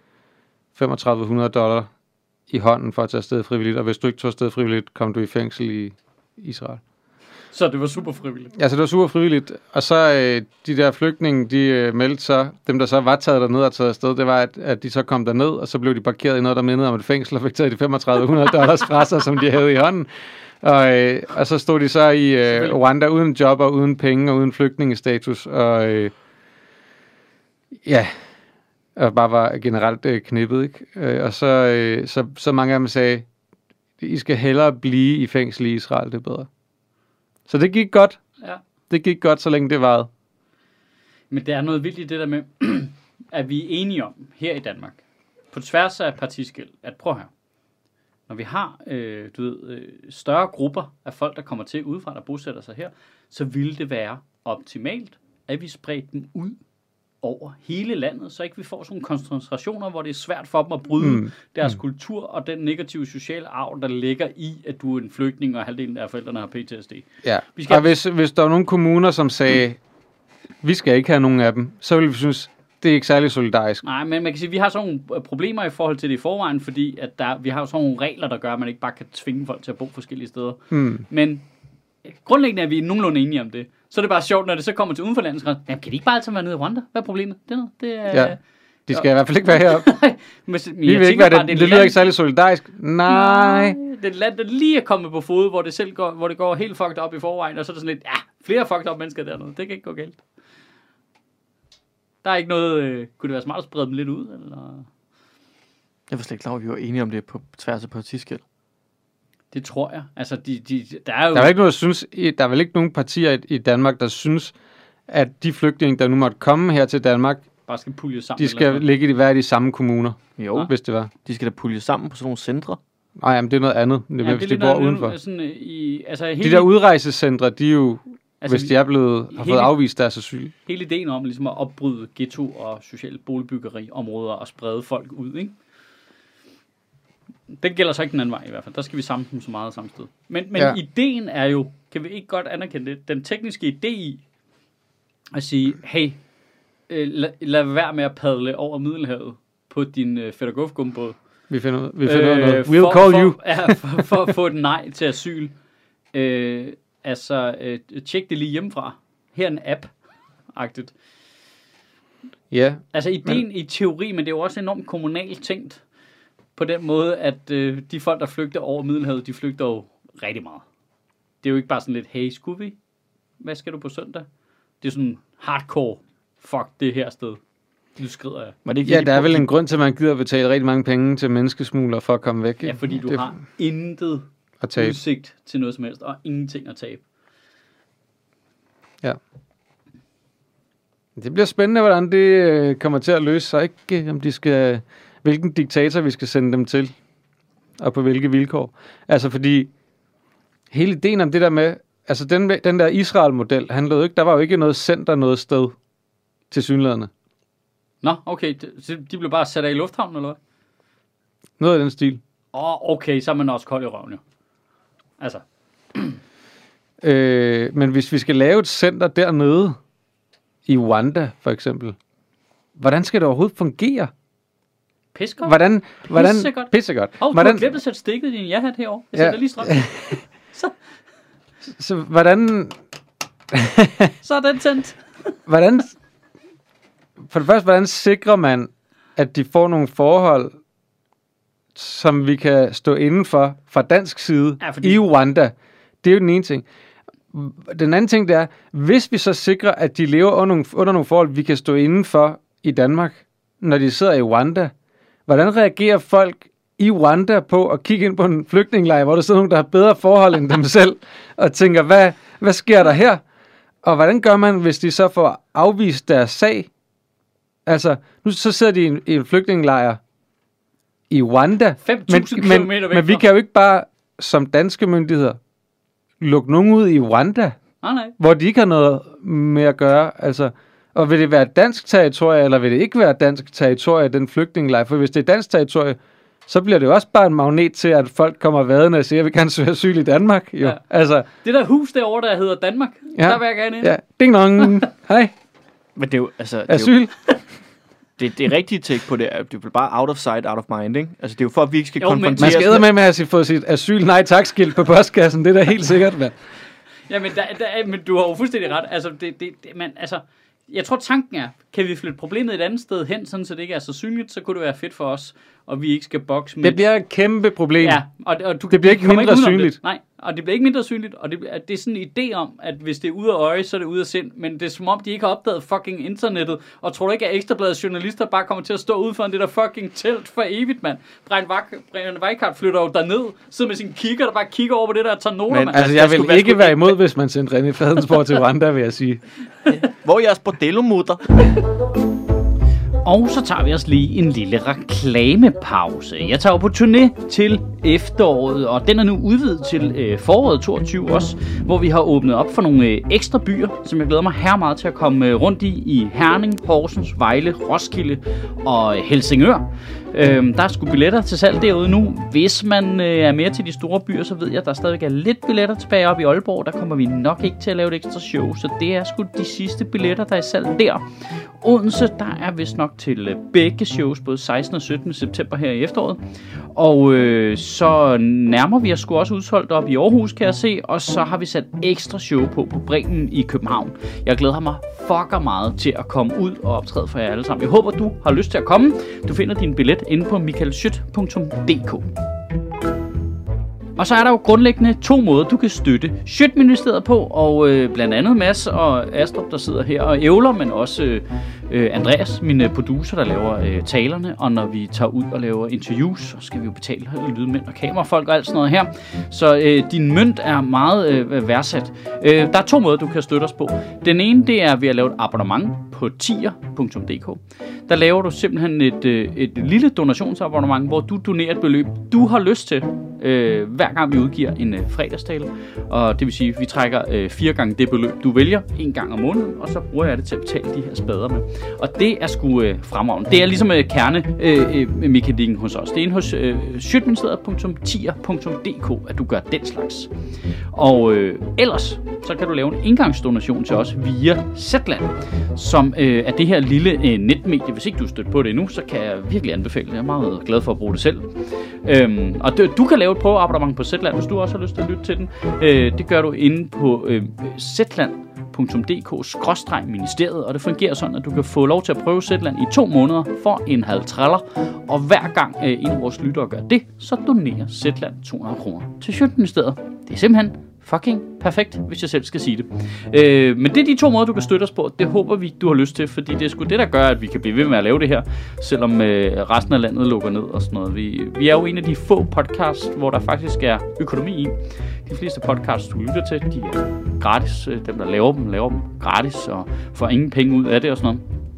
$3,500 i hånden for at tage afsted frivilligt. Og hvis du ikke tog afsted frivilligt, kom du i fængsel i Israel. Så det var super frivilligt? Ja, så det var super frivilligt. Og så de der flygtninge, de meldte så, dem der så var taget derned og taget afsted, det var, at de så kom derned, og så blev de parkeret i noget, der mindede om et fængsel, og fik taget de $3,500 fra sig, som de havde i hånden. Og så stod de så i Rwanda uden job og uden penge og uden flygtningestatus, og og bare var generelt knippet, ikke? Og så mange af dem sagde, I skal hellere blive i fængsel i Israel, det er bedre. Så det gik godt. Ja. Det gik godt, så længe det varede. Men det er noget vildt i det der med, at vi er enige om her i Danmark, på tværs af partiskel, at prøv her. Når vi har større grupper af folk, der kommer til udefra, der bosætter sig her, så ville det være optimalt, at vi spredte dem ud over hele landet, så ikke vi får sådan nogle koncentrationer, hvor det er svært for dem at bryde deres kultur og den negative sociale arv, der ligger i, at du er en flygtning, og halvdelen af forældrene har PTSD. Ja, og hvis der var nogle kommuner, som sagde, vi skal ikke have nogen af dem, så ville vi synes, det er ikke særlig solidarisk. Nej, men man kan sige, at vi har sådan nogle problemer i forhold til det i forvejen, fordi at vi har sådan nogle regler, der gør, at man ikke bare kan tvinge folk til at bo forskellige steder. Men grundlæggende er vi nogenlunde enige om det. Så er det bare sjovt, når det så kommer til uden for landets grænser. Jamen, kan de ikke bare altid være nede i Rwanda? Hvad er problemet? Det er Ja, de skal i hvert fald ikke være heroppe. Vi vil ikke være det. Det lyder ikke særlig solidarisk. Nej. Det er et land, der lige er kommet på fod, hvor det går helt fucked op i forvejen, og så er der sådan lidt, flere fucked up mennesker dernede. Det kan ikke gå galt. Der er ikke noget... kunne det være smart at sprede dem lidt ud, eller? Jeg var slet ikke klar over, at vi var enige om det på tværs af partiskel. Det tror jeg. Altså, der er jo... Der er ikke noget, der er vel ikke nogen partier i Danmark, der synes, at de flygtninge, der nu måtte komme her til Danmark, bare skal pulje sammen. De skal ligge i de samme kommuner. Jo, hvis det var. De skal da pulje sammen på sådan nogle centre. Nej, men det er noget andet. Det er, hvis de bor udenfor. Sådan, de der udrejsecentre, de er jo, hvis de er har fået afvist deres asyl. Hele ideen om ligesom at opbryde ghetto og sociale boligbyggeriområder og sprede folk ud, ikke? Den gælder så ikke den anden vej i hvert fald. Der skal vi samle dem så meget samme sted. Men ideen er jo, kan vi ikke godt anerkende det, den tekniske idé i at sige, hey, lad være med at padle over Middelhavet på din Fedderguf-gumbåd. Vi finder noget. We'll call you. For at få et nej til asyl. Tjek det lige hjemmefra. Her er en app-agtigt. Ja. Altså ideen i teori, men det er jo også enormt kommunalt tænkt. På den måde, at de folk, der flygter over Middelhavet, de flygter jo rigtig meget. Det er jo ikke bare sådan lidt, hey, skulle vi? Hvad skal du på søndag? Det er sådan hardcore, fuck det her sted. Nu skrider jeg. Der er vel en grund til, at man gider betale rigtig mange penge til menneskesmugler for at komme væk. Ja, fordi du har intet udsigt til noget som helst, og ingenting at tabe. Ja. Det bliver spændende, hvordan det kommer til at løse sig. Ikke om de skal... Hvilken diktator vi skal sende dem til, og på hvilke vilkår. Altså fordi, hele ideen om det der med, altså den der Israel-model, handlede jo ikke, der var jo ikke noget center noget sted til synlæderne. Nå, okay, de blev bare sat af i lufthavnen, eller hvad? Noget af den stil. Okay, så er man også kold i røven, jo. Altså. Men hvis vi skal lave et center dernede, i Rwanda for eksempel, hvordan skal det overhovedet fungere? Pissegodt. Pissegodt. Du har glemt at sætte stikket i din ja-hat herovre. Jeg sætter lige strøm. Så hvordan... Så er den tændt. For det første, hvordan sikrer man, at de får nogle forhold, som vi kan stå indenfor fra dansk side i Rwanda? Det er jo den ene ting. Den anden ting, det er, hvis vi så sikrer, at de lever under nogle forhold, vi kan stå indenfor i Danmark, når de sidder i Rwanda, hvordan reagerer folk i Rwanda på at kigge ind på en flygtningelejr, hvor der sidder nogen, der har bedre forhold end dem selv, og tænker, hvad sker der her? Og hvordan gør man, hvis de så får afvist deres sag? Altså, nu så sidder de i en flygtningelejr i Rwanda, 5.000 kilometer væk. Men vi kan jo ikke bare, som danske myndigheder, lukke nogen ud i Rwanda, hvor de ikke har noget med at gøre. Altså, og vil det være dansk territorie, eller vil det ikke være dansk territorie, den flygtningelejr? For hvis det er dansk territorie, så bliver det jo også bare en magnet til, at folk kommer vadende og siger, at vi kan søge asyl i Danmark. Jo. Ja. Altså, det der hus derovre, der hedder Danmark, der vil jeg gerne ind. Ja, ding dong. Hej. Men det er jo, altså... Asyl. Det rigtige take på det er, det er bare out of sight, out of mind, ikke? Altså, det er jo for, at vi ikke skal konfronteres... Man skal med at have fået sit asyl nej tak skilt på postkassen. Det er da helt sikkert, hvad? Ja, men du har jo fuldstændig ret. Altså, Jeg tror, tanken er, kan vi flytte problemet et andet sted hen, sådan så det ikke er så synligt, så kunne det være fedt for os, og vi ikke skal bokse med... Det bliver et kæmpe problem. Ja, og det bliver ikke mindre synligt. Nej, og det bliver ikke mindre synligt, og det er sådan en idé om, at hvis det er ude af øje, så er det ude af sind, men det er som om, de ikke har opdaget fucking internettet, og tror du ikke, at Ekstrabladets journalister bare kommer til at stå ude foran det der fucking telt for evigt, mand? Brian Weikart flytter jo derned, sidder med sin kigger, der bare kigger over på det der tager noter, men, mand. altså, jeg vil ikke være imod, hvis man sendte René Fredensborg til Rwanda, vil jeg sige. Hvor er jeres bordellomutter? Og så tager vi os lige en lille reklamepause. Jeg tager på turné til efteråret, og den er nu udvidet til foråret 22 også, hvor vi har åbnet op for nogle ekstra byer, som jeg glæder mig her meget til at komme rundt i Herning, Horsens, Vejle, Roskilde og Helsingør. Der er sgu billetter til salg derude nu. Hvis man er mere til de store byer, så ved jeg, at der stadigvæk er lidt billetter tilbage op i Aalborg. Der kommer vi nok ikke til at lave et ekstra show, så det er sgu de sidste billetter, der er i salg der. Odense, der er vist nok til begge shows, både 16. og 17. september her i efteråret. Og så nærmer vi os sgu også udsolgt op i Aarhus, kan jeg se. Og så har vi sat ekstra show på Bremen i København. Jeg glæder mig fucker meget til at komme ud og optræde for jer alle sammen. Jeg håber, du har lyst til at komme. Du finder din billet inde på michaelschødt.dk. Og så er der jo grundlæggende 2 måder, du kan støtte Schødt-ministeriet på, og blandt andet Mads og Astrup, der sidder her og ævler, men også Andreas, min producer, der laver talerne, og når vi tager ud og laver interviews, så skal vi jo betale lydmænd og kamerafolk og alt sådan noget her. Så din mønt er meget værdsat. Der er 2 måder, du kan støtte os på. Den ene, det er ved at lave et abonnement på tier.dk. Der laver du simpelthen et lille donationsabonnement, hvor du donerer et beløb, du har lyst til, hver gang vi udgiver en fredagstale. Og det vil sige, at vi trækker 4 gange det beløb, du vælger, 1 gang om måneden, og så bruger jeg det til at betale de her spader med. Og det er sgu fremragende. Det er ligesom kernemekanikken hos os. Det er inde hos schødtministeriet.tier.dk, at du gør den slags. Og ellers, så kan du lave en engangsdonation til os via Zetland, som er det her lille netmedie. Hvis ikke du er stødt på det endnu, så kan jeg virkelig anbefale det. Jeg er meget glad for at bruge det selv. Og du kan lave et prøveabonnement på Zetland, hvis du også har lyst til at lytte til den. Det gør du inde på zetland.dk/ministeriet, og det fungerer sådan, at du kan få lov til at prøve Zetland i 2 måneder for en halv triller, og hver gang en af vores lyttere gør det, så donerer Zetland 200 kroner til Schødt-ministeriet. Det er simpelthen fucking perfekt, hvis jeg selv skal sige det. Men det er de 2 måder, du kan støtte os på. Det håber vi, du har lyst til, fordi det er sgu det, der gør, at vi kan blive ved med at lave det her, selvom resten af landet lukker ned og sådan noget. Vi er jo en af de få podcasts, hvor der faktisk er økonomi i. De fleste podcasts, du lytter til, de er gratis. Dem, der laver dem gratis og får ingen penge ud af det og sådan noget.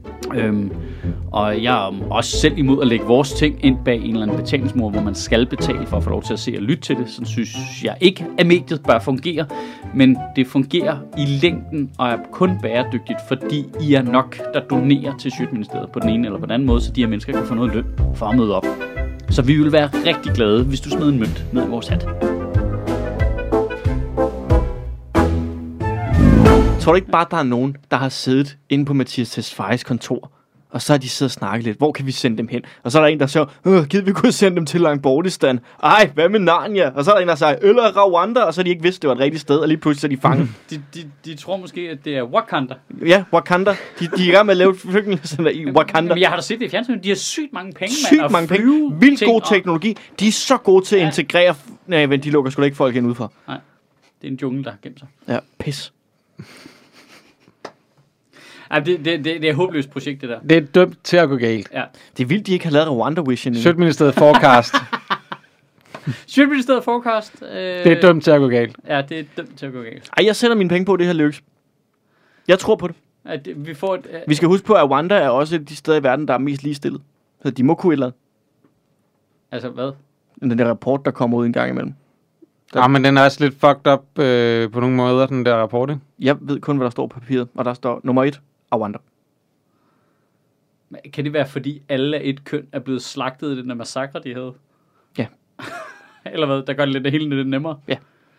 Og jeg er også selv imod at lægge vores ting ind bag en eller anden betalingsmur, hvor man skal betale for at få lov til at se og lytte til det. Så synes jeg ikke, at mediet bør fungere, men det fungerer i længden og er kun bæredygtigt, fordi I er nok, der donerer til Schødt-ministeriet på den ene eller på den anden måde, så de her mennesker kan få noget løn for at møde op. Så vi vil være rigtig glade, hvis du smider en mønt ned i vores hat. Tror du ikke bare, der er nogen, der har siddet inde på Mathias Tesfayes kontor, og så har de siddet og snakket lidt, hvor kan vi sende dem hen? Og så er der en, der siger, gider vi kunne sende dem til Langbordistan? Ej, hvad med Narnia? Og så er der en, der siger, eller Rwanda, og så har de ikke vidst, det var et rigtigt sted, og lige pludselig så er de fanget. De tror måske, at det er Wakanda. Ja, Wakanda. De er i gang med at lave et flygtningecenter i Wakanda. Men jeg har da set det i fjernsynet. De har sygt mange penge, sygt mange penge. Vildt god teknologi. De er så gode til at integrere. Nej, men de lukker sgu da ikke folk ind udefra. Nej, det er en jungle, der har gemt sig. Ja, pis. Ja, det er et håbløst projekt, det der. Det er dømt til at gå galt. Ja. Det er vildt, de ikke har lavet Rwanda Vision endnu. Schødt-ministeriet forecast. Schødt-ministeriet forecast. Det er dømt til at gå galt. Ja, det er dømt til at gå galt. Ej, jeg sætter mine penge på, at det her lykkes. Jeg tror på det. At vi får et, vi skal huske på, at Rwanda er også et af de steder i verden, der er mest ligestillet. Så de må kunne et eller andet. Altså hvad? Den der rapport, der kommer ud en gang imellem. Ja, men den er også lidt fucked up på nogle måder, den der rapport, ikke? Jeg ved kun, hvad der står på papiret, og der står nummer 1, Rwanda. Kan det være, fordi alle af et køn er blevet slagtet i den der massakre, de havde? Ja. Eller hvad? Der gør det lidt nemmere? Ja.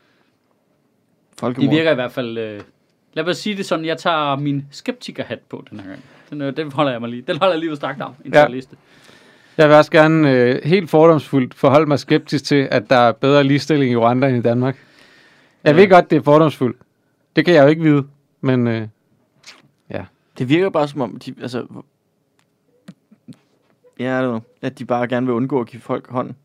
De virker i hvert fald... Lad mig sige det sådan, jeg tager min skeptikerhat på den her gang. Den holder jeg mig lige. Den holder jeg lige ved strakt arm. Ja. Jeg vil også gerne helt fordomsfuldt forholde mig skeptisk til, at der er bedre ligestilling i Rwanda end i Danmark. Jeg ved godt, det er fordomsfuldt. Det kan jeg jo ikke vide, men ja. Det virker bare som om, at de bare gerne vil undgå at give folk hånden.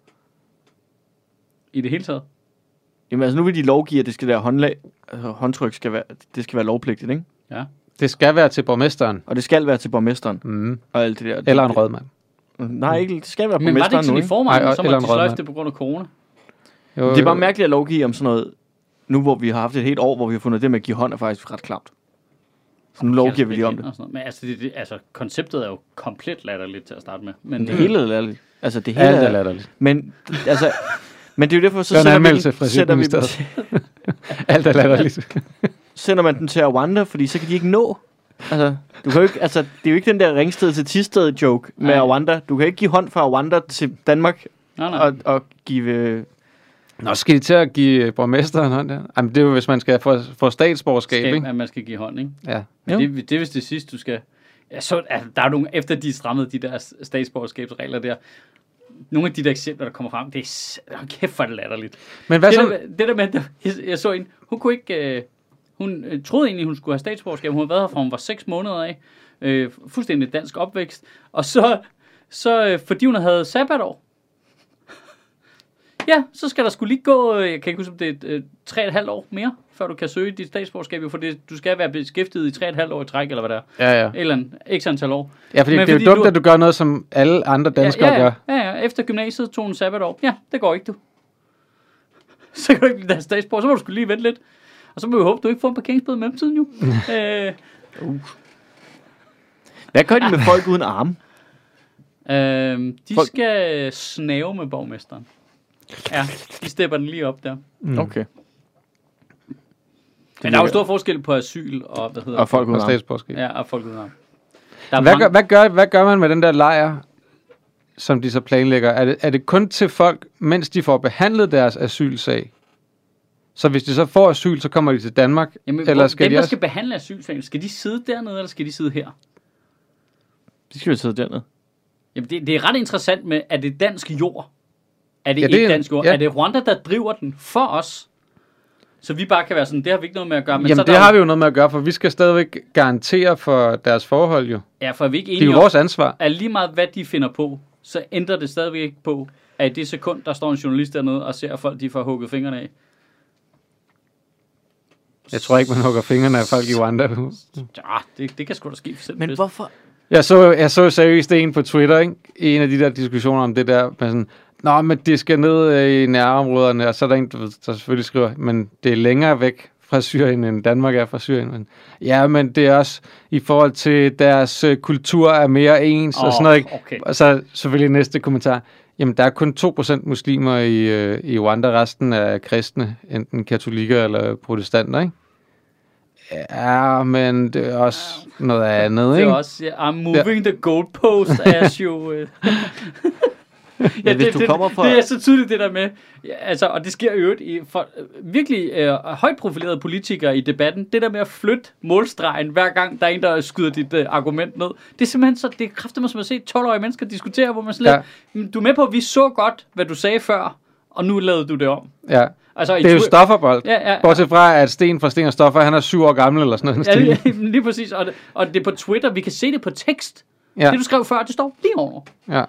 I det hele taget. Jamen altså, nu vil de lovgive, at det skal være håndtryk skal være lovpligtigt, ikke? Ja. Det skal være til borgmesteren. Og det skal være til borgmesteren. Mm. Og alt det der. Eller en rødmand. Nej, ikke. Det skal være Men var det borgmesteren ikke nu, sådan i ikke? forvejen, Nej, så eller måtte de en sløjfe rådmand. det på grund af corona? Jo, Det er bare mærkeligt at lovgive om sådan noget, nu hvor vi har haft et helt år, hvor vi har fundet det med at give hånd, er faktisk ret klamt. Så nu lovgiver vi lige om det. Men altså, konceptet er jo komplet latterligt til at starte med. Men Det hele er latterligt. Altså, det hele alt er latterligt. Men, altså, men det er jo derfor, så Gør en sætter anmeldelse fra sætter vi dem Justitsministeriet. Alt er latterligt. sender man den til Rwanda, fordi så kan de ikke nå. Altså, du kan jo ikke, altså, det er jo ikke den der Ringsted til Thisted joke med Nej. Rwanda. Du kan ikke give hånd fra Rwanda til Danmark nej. og give... Nå, skal de til at give borgmesteren hånd der? Jamen, det er jo, hvis man skal få statsborgerskab, ikke? At man skal give hånd, ikke? Ja. Men det er vist det sidste, du skal... Så, altså, der er nogle, efter de strammede de der statsborgerskabsregler der, nogle af de der eksempler, der kommer frem, det er kæft for det latterligt. Men hvad så? Det der med, jeg så en, hun kunne ikke... Hun troede egentlig, hun skulle have statsborgerskab. Hun havde været her fra hun var 6 måneder af. Fuldstændig dansk opvækst. Og så fordi hun havde sabbatår, ja, så skal der skulle lige gå, jeg kan ikke huske, om det er 3,5 år mere, før du kan søge dit statsborgerskab, for du skal være beskæftiget i 3,5 år i træk, eller hvad det er. Ja. Eller en x antal år. Ja, fordi Men det er jo dumt, at du gør noget, som alle andre danskere gør. Ja, efter gymnasiet tog hun sabbatår. Ja, det går ikke, du. Så kan du ikke blive deres statsborger, så må du skulle lige vente lidt. Og så må vi håbe, du ikke får en parkeringsbøde i mellemtiden, jo. Hvad gør de med folk uden arme? De skal snave med borgmesteren. Ja, de stepper den lige op der. Okay. Men der er jo stor forskel på asyl og, Og folk uden Og arme. statsborgerskab. Ja, og folk uden arm. Der er Hvad gør man med den der lejr, som de så planlægger? Er det kun til folk, mens de får behandlet deres asylsag? Så hvis de så får asyl, så kommer de til Danmark? Jamen, eller skal dem, de der også... skal behandle asylsagen, skal de sidde dernede, eller skal de sidde her? De skal jo sidde dernede. Jamen, det er ret interessant med, er det dansk jord? Er det Ja, ikke dansk jord? ja. Er det Rwanda, der driver den for os? Så vi bare kan være sådan, det har vi ikke noget med at gøre. Men Jamen, så det har vi jo noget med at gøre, for vi skal stadigvæk garantere for deres forhold jo. Ja, for er vi ikke Det er enige jo om, vores ansvar. at lige meget hvad de finder på, så ændrer det stadigvæk ikke på, at i det sekund, der står en journalist dernede og ser, at folk de får hugget fingrene af. Jeg tror ikke, man hugger fingrene af folk i Rwanda. Ja, det kan sgu da ske for selv. Men hvorfor? Jeg så seriøst en på Twitter, ikke? I en af de der diskussioner om det der, med sådan, nå, men det skal ned i nærområderne, og så er der en, der selvfølgelig skriver, men det er længere væk fra Syrien, end Danmark er fra Syrien. Men, ja, men det er også i forhold til deres kultur er mere ens, og sådan noget, ikke? Okay. Og så selvfølgelig næste kommentar. Jamen, der er kun 2% muslimer i Rwanda, resten er kristne, enten katolikker eller protestanter, ikke? Ja, men det er også noget andet, ikke? Det er også, I'm moving the goalpost, as you... Ja, hvis du kommer fra... Det er så tydeligt det der med, ja, altså, og det sker i øvrigt i virkelig højt profilerede politikere i debatten, det der med at flytte målstregen hver gang der er en, der skyder dit argument ned. Det er simpelthen så, det kræfter mig som at se 12-årige mennesker diskutere, hvor man slet, du er med på, at vi så godt, hvad du sagde før, og nu lavede du det om. Ja. Altså, Det er jo stofferbold. Ja. Bortset fra, at Sten fra Sten og Stoffer, han er 7 år gammel eller sådan noget. Ja, lige præcis. Og det er på Twitter, vi kan se det på tekst. Ja. Det du skrev før, det står lige over. Ja.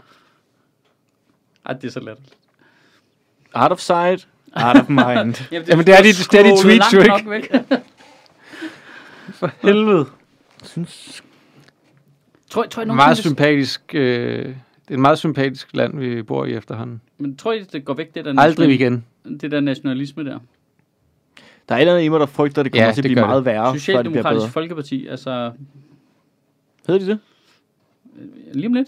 Ej, det er så latterligt. Out of sight, out of mind. Jamen, det er de tweets jo ikke. For helvede. Jeg synes... Tror jeg Meget sympatisk... det er et meget sympatisk land, vi bor i efterhånden. Men tror I, det går væk, det der Aldrig igen. Det der nationalisme der? Der er et eller andet i mig, der frygter, at det kommer til at blive meget værre, før det bliver Socialdemokratisk bedre. Folkeparti, altså... Hedder de det? Lige om lidt.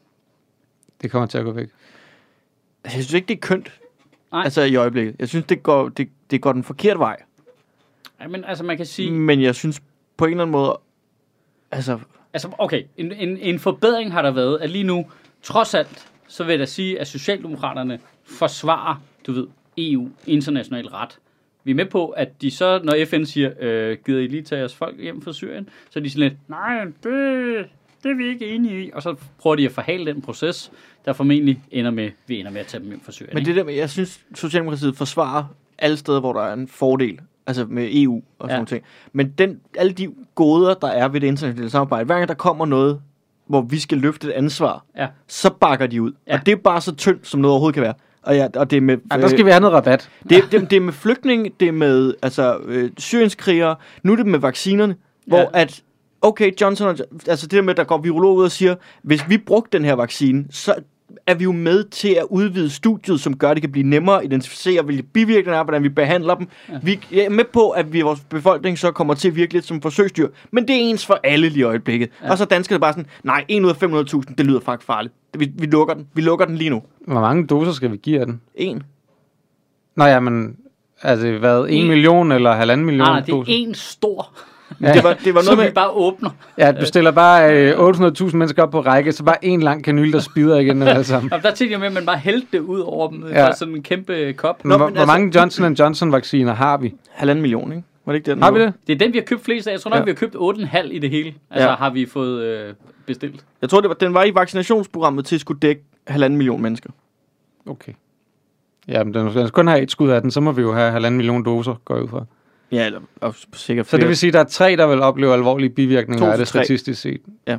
Det kommer til at gå væk. Jeg synes ikke, det er kønt. Nej. Altså i øjeblikket. Jeg synes, det går den forkerte vej. Ej, men altså, man kan sige... Men jeg synes på en eller anden måde... Altså, okay. En forbedring har der været, at lige nu, trods alt, så vil jeg da sige, at Socialdemokraterne forsvarer, du ved, EU, international ret. Vi er med på, at de så, når FN siger, gider I lige tage jeres folk hjem fra Syrien, så er de sådan lidt, nej, det er vi ikke enige i. Og så prøver de at forhale den proces, der formentlig ender med at tage dem hjem fra Syrien. Men det der med, jeg synes, Socialdemokratiet forsvarer alle steder, hvor der er en fordel. Altså med EU og sådan nogle ting. Men alle de goder, der er ved det internationale samarbejde, hver gang der kommer noget, hvor vi skal løfte et ansvar, så bakker de ud. Og det er bare så tyndt, som noget overhovedet kan være. Og det er med... der skal vi have noget rabat. Det er med flygtninge, det er med syrienskrigere, nu er det med vaccinerne, hvor at, okay, Johnson, altså det der med, der går virolog ud og siger, hvis vi brugte den her vaccine, så er vi jo med til at udvide studiet, som gør, at det kan blive nemmere at identificere, hvilke bivirkninger er, hvordan vi behandler dem. Vi er med på, at vores befolkning så kommer til at virke lidt som forsøgsdyr, men det er ens for alle lige i øjeblikket. Og så danskerne bare sådan, nej, 1 ud af 500.000, det lyder faktisk farligt. Vi lukker den. Vi lukker den lige nu. Hvor mange doser skal vi give af den? 1. Nå ja, men altså hvad, 1 million eller 1,5 million Nej, det er doser? 1 stor. Ja. Det var noget så med... vi bare åbner. Ja, du stiller bare 800.000 mennesker op på række, så bare en lang kanyle, der spider igen alle sammen. Der tænker jeg med, at man bare hældte det ud over dem fra sådan en kæmpe kop. Hvor mange Johnson & Johnson-vacciner har vi? 1,5 million, ikke? Var det ikke det? Har vi det? Det er den, vi har købt flest af. Jeg tror nok, vi har købt 8,5 i det hele. Altså har vi fået bestilt. Jeg tror, den var i vaccinationsprogrammet til at skulle dække 1,5 million mennesker. Okay. Ja, men den skal kun have et skud af den, så må vi jo have 1,5 million doser, går jeg ud fra. Ja, eller sikkert flere. Så det vil sige, at der er 3, der vil opleve alvorlige bivirkninger af det statistisk set. Ja.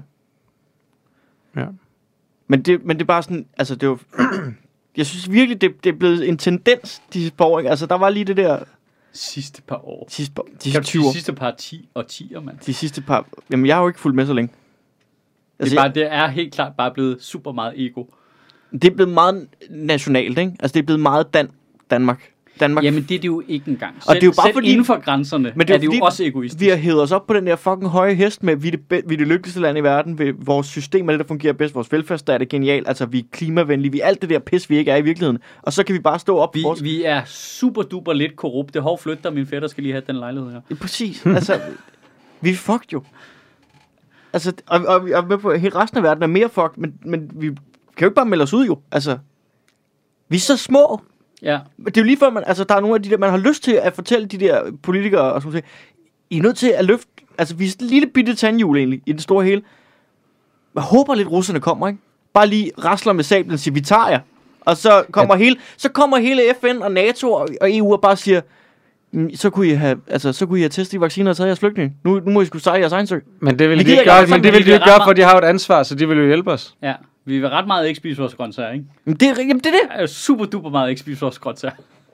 Ja. Men det er bare sådan, altså det var... jeg synes virkelig, det er blevet en tendens, disse par år, ikke? Altså der var lige det der... Sidste par år. Sidste par 10 årtier, mand. De sidste par... Jamen, jeg har jo ikke fulgt med så længe. Altså, det er helt klart bare blevet super meget ego. Det er blevet meget nationalt, ikke? Altså, det er blevet meget Danmark. Jamen, det er det jo ikke engang. Og det er jo bare fordi... inden for grænserne men det er det jo også egoistisk. Vi har hævet os op på den der fucking høje hest med, vi er det lykkeligste land i verden, ved vores system er det, der fungerer bedst, vores velfærdsstat er det genialt, altså vi er klimavenlige, vi er alt det der pis, vi ikke er i virkeligheden. Og så kan vi bare stå op vi er super duper lidt korrupte. Hov, flyt dig, min fætter skal lige have den lejlighed her. Ja, præcis. Altså, vi er fucked jo. Altså, og med på, hele resten af verden er mere fucked, men vi kan jo ikke bare melde os ud jo. Altså, vi er så små. Ja. Det er jo lige før, der er nogle af de der, man har lyst til at fortælle de der politikere, og sådan noget. I er nødt til at løfte, altså vi er et lille bitte tandhjul egentlig, i det store hele. Jeg håber lidt, russerne kommer, ikke? Bare lige rasler med sablen og siger, vi tager jer. Og så kommer, hele FN og NATO og EU og bare siger, så kunne I have testet de vacciner og taget jeres flygtninge. Nu må I skulle sejre jeres egen søg. Men det vil de ikke gøre, men det vil de ikke gøre, for de har jo et ansvar, så de vil jo hjælpe os. Ja. Vi vil ret meget ikke spise vores grøntsager, ikke? Det er det. Super duper meget ikke spise vores grøntsager.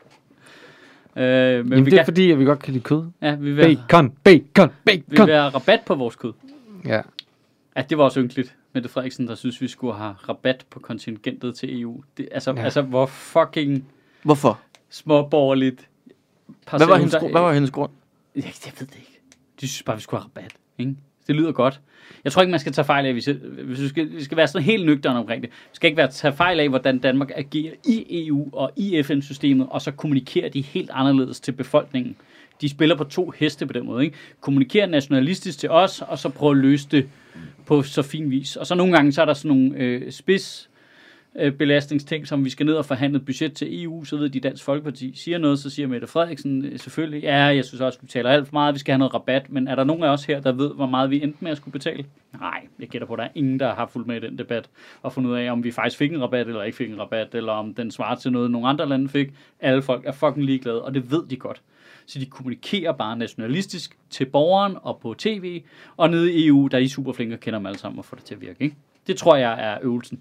Men det er fordi, at vi godt kan lide kød. Ja, vi vil bacon. Vi vil have rabat på vores kød. Ja. Ja, det var også ynkeligt. Mette Frederiksen, der synes, vi skulle have rabat på kontingentet til EU. Altså hvor fucking... Hvorfor? Småborgerligt. Hvad var hendes grund? Jeg ved det ikke. De synes bare, vi skulle have rabat, ikke? Det lyder godt. Jeg tror ikke, man skal tage fejl af, hvis vi skal være sådan helt nøgterne omkring det. Vi skal ikke tage fejl af, hvordan Danmark agerer i EU og i FN-systemet, og så kommunikerer de helt anderledes til befolkningen. De spiller på 2 heste på den måde, ikke? Kommunikerer nationalistisk til os, og så prøver at løse det på så fin vis. Og så nogle gange, så er der sådan nogle belastningsting, som vi skal ned og forhandle et budget til EU, så ved de Dansk Folkeparti siger noget, så siger Mette Frederiksen selvfølgelig, ja, jeg synes også, vi betaler alt for meget, vi skal have noget rabat, men er der nogen af os her, der ved, hvor meget vi endte med at skulle betale? Nej, jeg gætter på, at der er ingen, der har fulgt med i den debat, og fundet ud af, om vi faktisk fik en rabat, eller ikke fik en rabat, eller om den svarer til noget, nogle andre lande fik. Alle folk er fucking ligeglade, og det ved de godt. Så de kommunikerer bare nationalistisk til borgeren og på tv, og nede i EU, der er I super flinke og kender dem alle sammen og får det til at virke, ikke? Det tror jeg er øvelsen.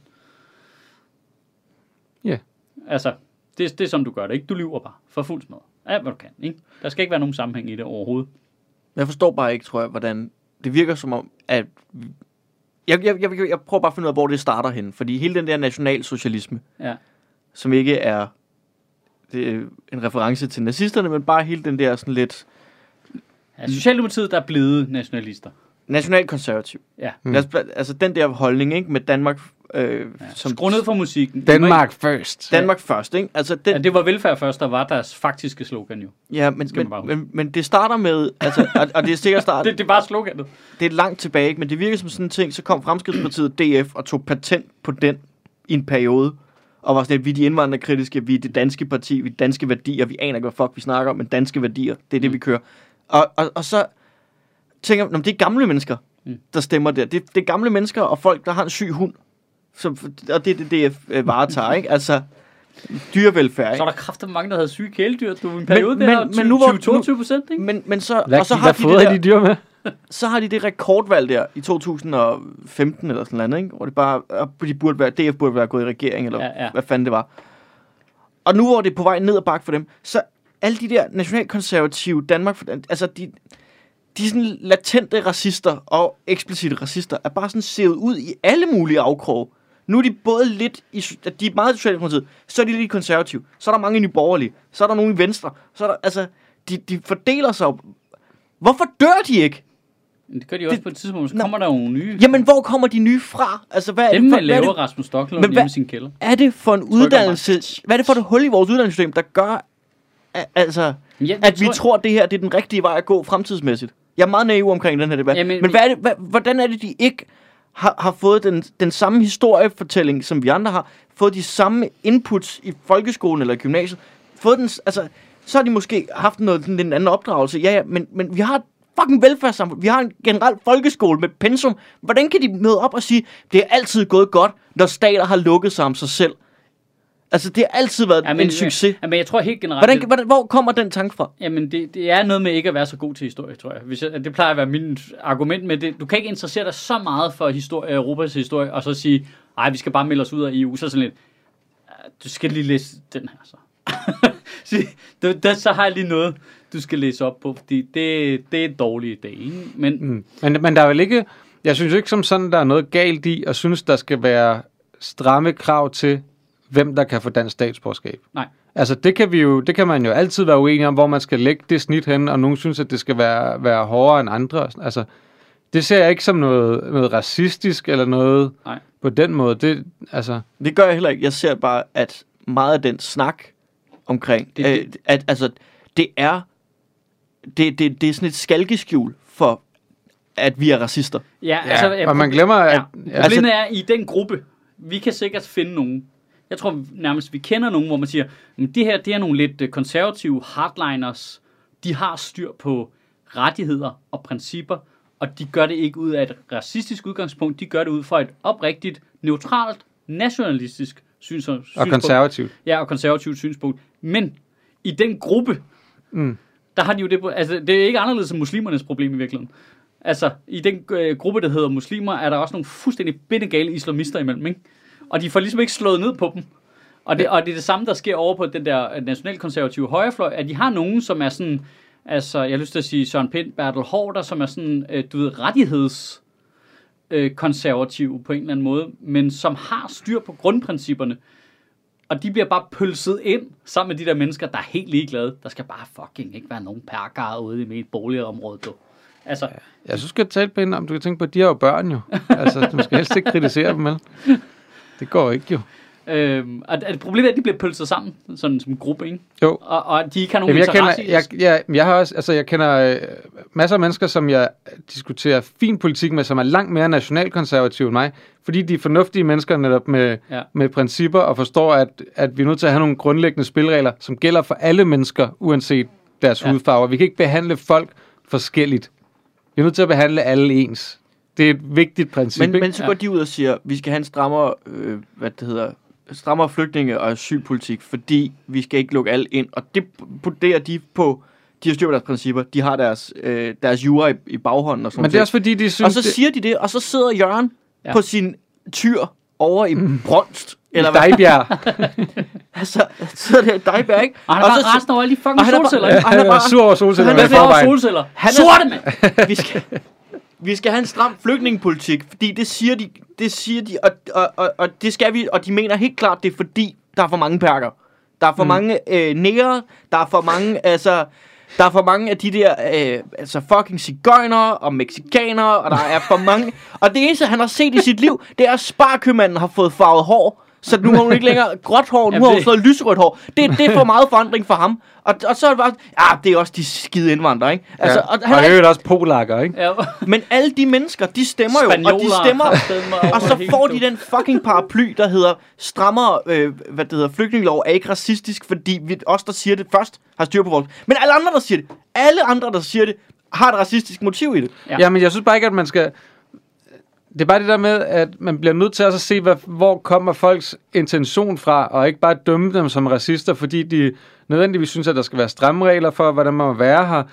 Ja. Yeah. Altså, det er som du gør det, ikke? Du lyver bare for fuld smadret. Alt, hvad du kan, ikke? Der skal ikke være nogen sammenhæng i det overhovedet. Jeg forstår bare ikke, tror jeg, hvordan... Det virker som om, at... Jeg prøver bare at finde ud af, hvor det starter hen. Fordi hele den der nationalsocialisme, som ikke er en reference til nazisterne, men bare hele den der sådan lidt... Ja, Socialdemokratiet, der er blevet nationalister. Nationalkonservativ. Ja. Altså den der holdning, ikke? Med Danmark... Skru ned for musikken. Danmark first. Danmark først, ikke? Altså, det var velfærd først, der var deres faktiske slogan jo. Ja, men det starter med... Altså, og det er sikkert start... det er bare sloganet. Det er langt tilbage, ikke? Men det virker som sådan en ting, så kom Fremskridtspartiet DF og tog patent på den i en periode. Og var sådan, at vi er de indvandrerkritiske, vi er det danske parti, vi er danske værdier, vi aner ikke, hvad fuck vi snakker om, men danske værdier, det er det, vi kører. Og så tænker jeg, det er gamle mennesker, der stemmer der. Det er gamle mennesker og folk, der har en syg hund. Og det er det, DF varetager, ikke? Altså, dyrevelfærd, ikke? Så er der kraftigt mange, der havde syge kæledyr. Du i en periode men nu hvor- 20-22%, ikke? Men så, Hvad, og så hvad har de det fodrer der, de dyr med? så har de det rekordvalg der i 2015 eller sådan noget, ikke? Hvor det bare, DF burde være gået i regering, eller Ja. hvad fanden det var. Og nu hvor det er på vej ned ad bakke for dem, så alle de der nationalkonservative Danmark, altså de sådan latente racister og eksplicite racister, er bare sådan sevet ud i alle mulige afkroge. Nu er de både lidt, de er meget socialdemokratiet, så er de lidt konservative, så er der mange i Nye Borgerlige, så er der nogle i Venstre, så er der, altså, de fordeler sig jo. Hvorfor dør de ikke? Det gør de også på et tidspunkt, så kommer der jo nye. Jamen, hvor kommer de nye fra? Altså, hvad er Dem det for, laver hvad er det, Rasmus Stoklund hjemme i sin kælder. er det for en uddannelse? Hvad er det for et hul i vores uddannelsessystem, der gør, altså, at vi tror, at det her det er den rigtige vej at gå fremtidsmæssigt? Jeg er meget naiv omkring den her debat. Jamen, men hvad er det, hvordan er det, de ikke har fået den samme historiefortælling, som vi andre har? Fået de samme inputs i folkeskolen eller gymnasiet? Fået den, altså, så har de måske haft noget en anden opdragelse. Ja, men vi har et fucking velfærdssamfund. Vi har en generel folkeskole med pensum. Hvordan kan de møde op og sige, det er altid gået godt, når stater har lukket sig om sig selv? Altså, det har altid været en succes. Men jeg tror helt generelt... Hvor kommer den tanke fra? Jamen, det er noget med ikke at være så god til historie, tror jeg. Det plejer at være min argument med det. Du kan ikke interessere dig så meget for Europas historie, og så sige, nej, vi skal bare melde os ud af EU. Så sådan lidt, du skal lige læse den her, så. Så har jeg lige noget, du skal læse op på, fordi det er en dårlig idé, ikke? Men der er vel ikke... Jeg synes ikke som sådan, der er noget galt i, og synes, der skal være stramme krav til, hvem der kan få dansk statsborgerskab. Nej. Altså, det kan man jo altid være uenig om, hvor man skal lægge det snit hen, og nogen synes, at det skal være hårdere end andre. Altså, det ser jeg ikke som noget racistisk, eller noget på den måde. Det gør jeg heller ikke. Jeg ser bare, at meget af den snak omkring, det er sådan et skalkeskjul for, at vi er racister. Ja, altså... og man glemmer, at... Problemet er, i den gruppe, vi kan sikkert finde nogen. Jeg tror nærmest, vi kender nogen, hvor man siger, det her, det er nogle lidt konservative hardliners. De har styr på rettigheder og principper, og de gør det ikke ud af et racistisk udgangspunkt. De gør det ud fra et oprigtigt, neutralt, nationalistisk synspunkt. Og konservativt. Ja, og konservativt synspunkt. Men i den gruppe, der har de jo det... Altså, det er ikke anderledes end muslimernes problem i virkeligheden. Altså, i den gruppe, der hedder muslimer, er der også nogle fuldstændig bindegale islamister imellem, ikke? Og de får ligesom ikke slået ned på dem. Og det er det samme, der sker over på den der nationalkonservative højrefløj, at de har nogen, som er sådan, altså, jeg har lyst til at sige Søren Pind, Bertel Haarder, som er sådan, rettighedskonservative på en eller anden måde, men som har styr på grundprincipperne. Og de bliver bare pølset ind sammen med de der mennesker, der er helt ligeglade. Der skal bare fucking ikke være nogen perker ude i mit boligområde, du. Altså. Jeg synes, du skal tale pænt om, du kan tænke på, at de har jo børn jo. Altså, du skal helst ikke kritisere dem, vel? Det går ikke jo. Og problemet er, at de bliver pølset sammen, sådan som en gruppe, ikke? Jo. Og de ikke har nogen interesse i det. Jeg har også, altså jeg kender masser af mennesker, som jeg diskuterer fin politik med, som er langt mere nationalkonservative end mig, fordi de er fornuftige mennesker netop med principper, og forstår, at vi er nødt til at have nogle grundlæggende spilregler, som gælder for alle mennesker, uanset deres hudfarver. Vi kan ikke behandle folk forskelligt. Vi er nødt til at behandle alle ens. Det er et vigtigt princip. Men så går de ud og siger, vi skal have en strammere flygtninge- og asylpolitik, fordi vi skal ikke lukke alle ind. Og det vurderer de på, de har styr på deres principper, de har deres jura i baghånden og sådan noget. Men det er også fordi, de synes... Og så siger de det, og så sidder Jørgen på sin tyr over i Brøndst. Eller hvad? Dejbjerg. Altså, så er det Dejbjerg, ikke? Og han er bare resten over alle de fucking solceller. Han er bare sur over solceller. Han er over solceller. Sorte, mand! Vi skal have en stram flygtningepolitik, fordi det siger de, og det skal vi, og de mener helt klart, det er fordi, der er for mange perker. Der er for mange nære, der er for mange, der er for mange af de der, fucking sigøjnere og mexikanere, og der er for mange, og det eneste, han har set i sit liv, det er, at sparkøbmanden har fået farvet hår, så nu har hun ikke længere gråt hår, nu har hun fået lyserødt hår. Det er for meget forandring for ham. Og så er det bare, det er også de skide indvandrere, ikke? Altså, og det er også polakker, ikke? Ja. Men alle de mennesker, de stemmer jo, og de stemmer, og så får de den fucking paraply, der hedder strammere, flygtningelov er ikke racistisk, fordi vi os, der siger det først, har styr på vores. Men alle andre, der siger det, har et racistisk motiv i det. Ja, men jeg synes bare ikke, at man skal... det er bare det der med, at man bliver nødt til at se, hvor kommer folks intention fra, og ikke bare dømme dem som racister, fordi de nødvendigvis synes, at der skal være stramme regler for, hvordan man må være her,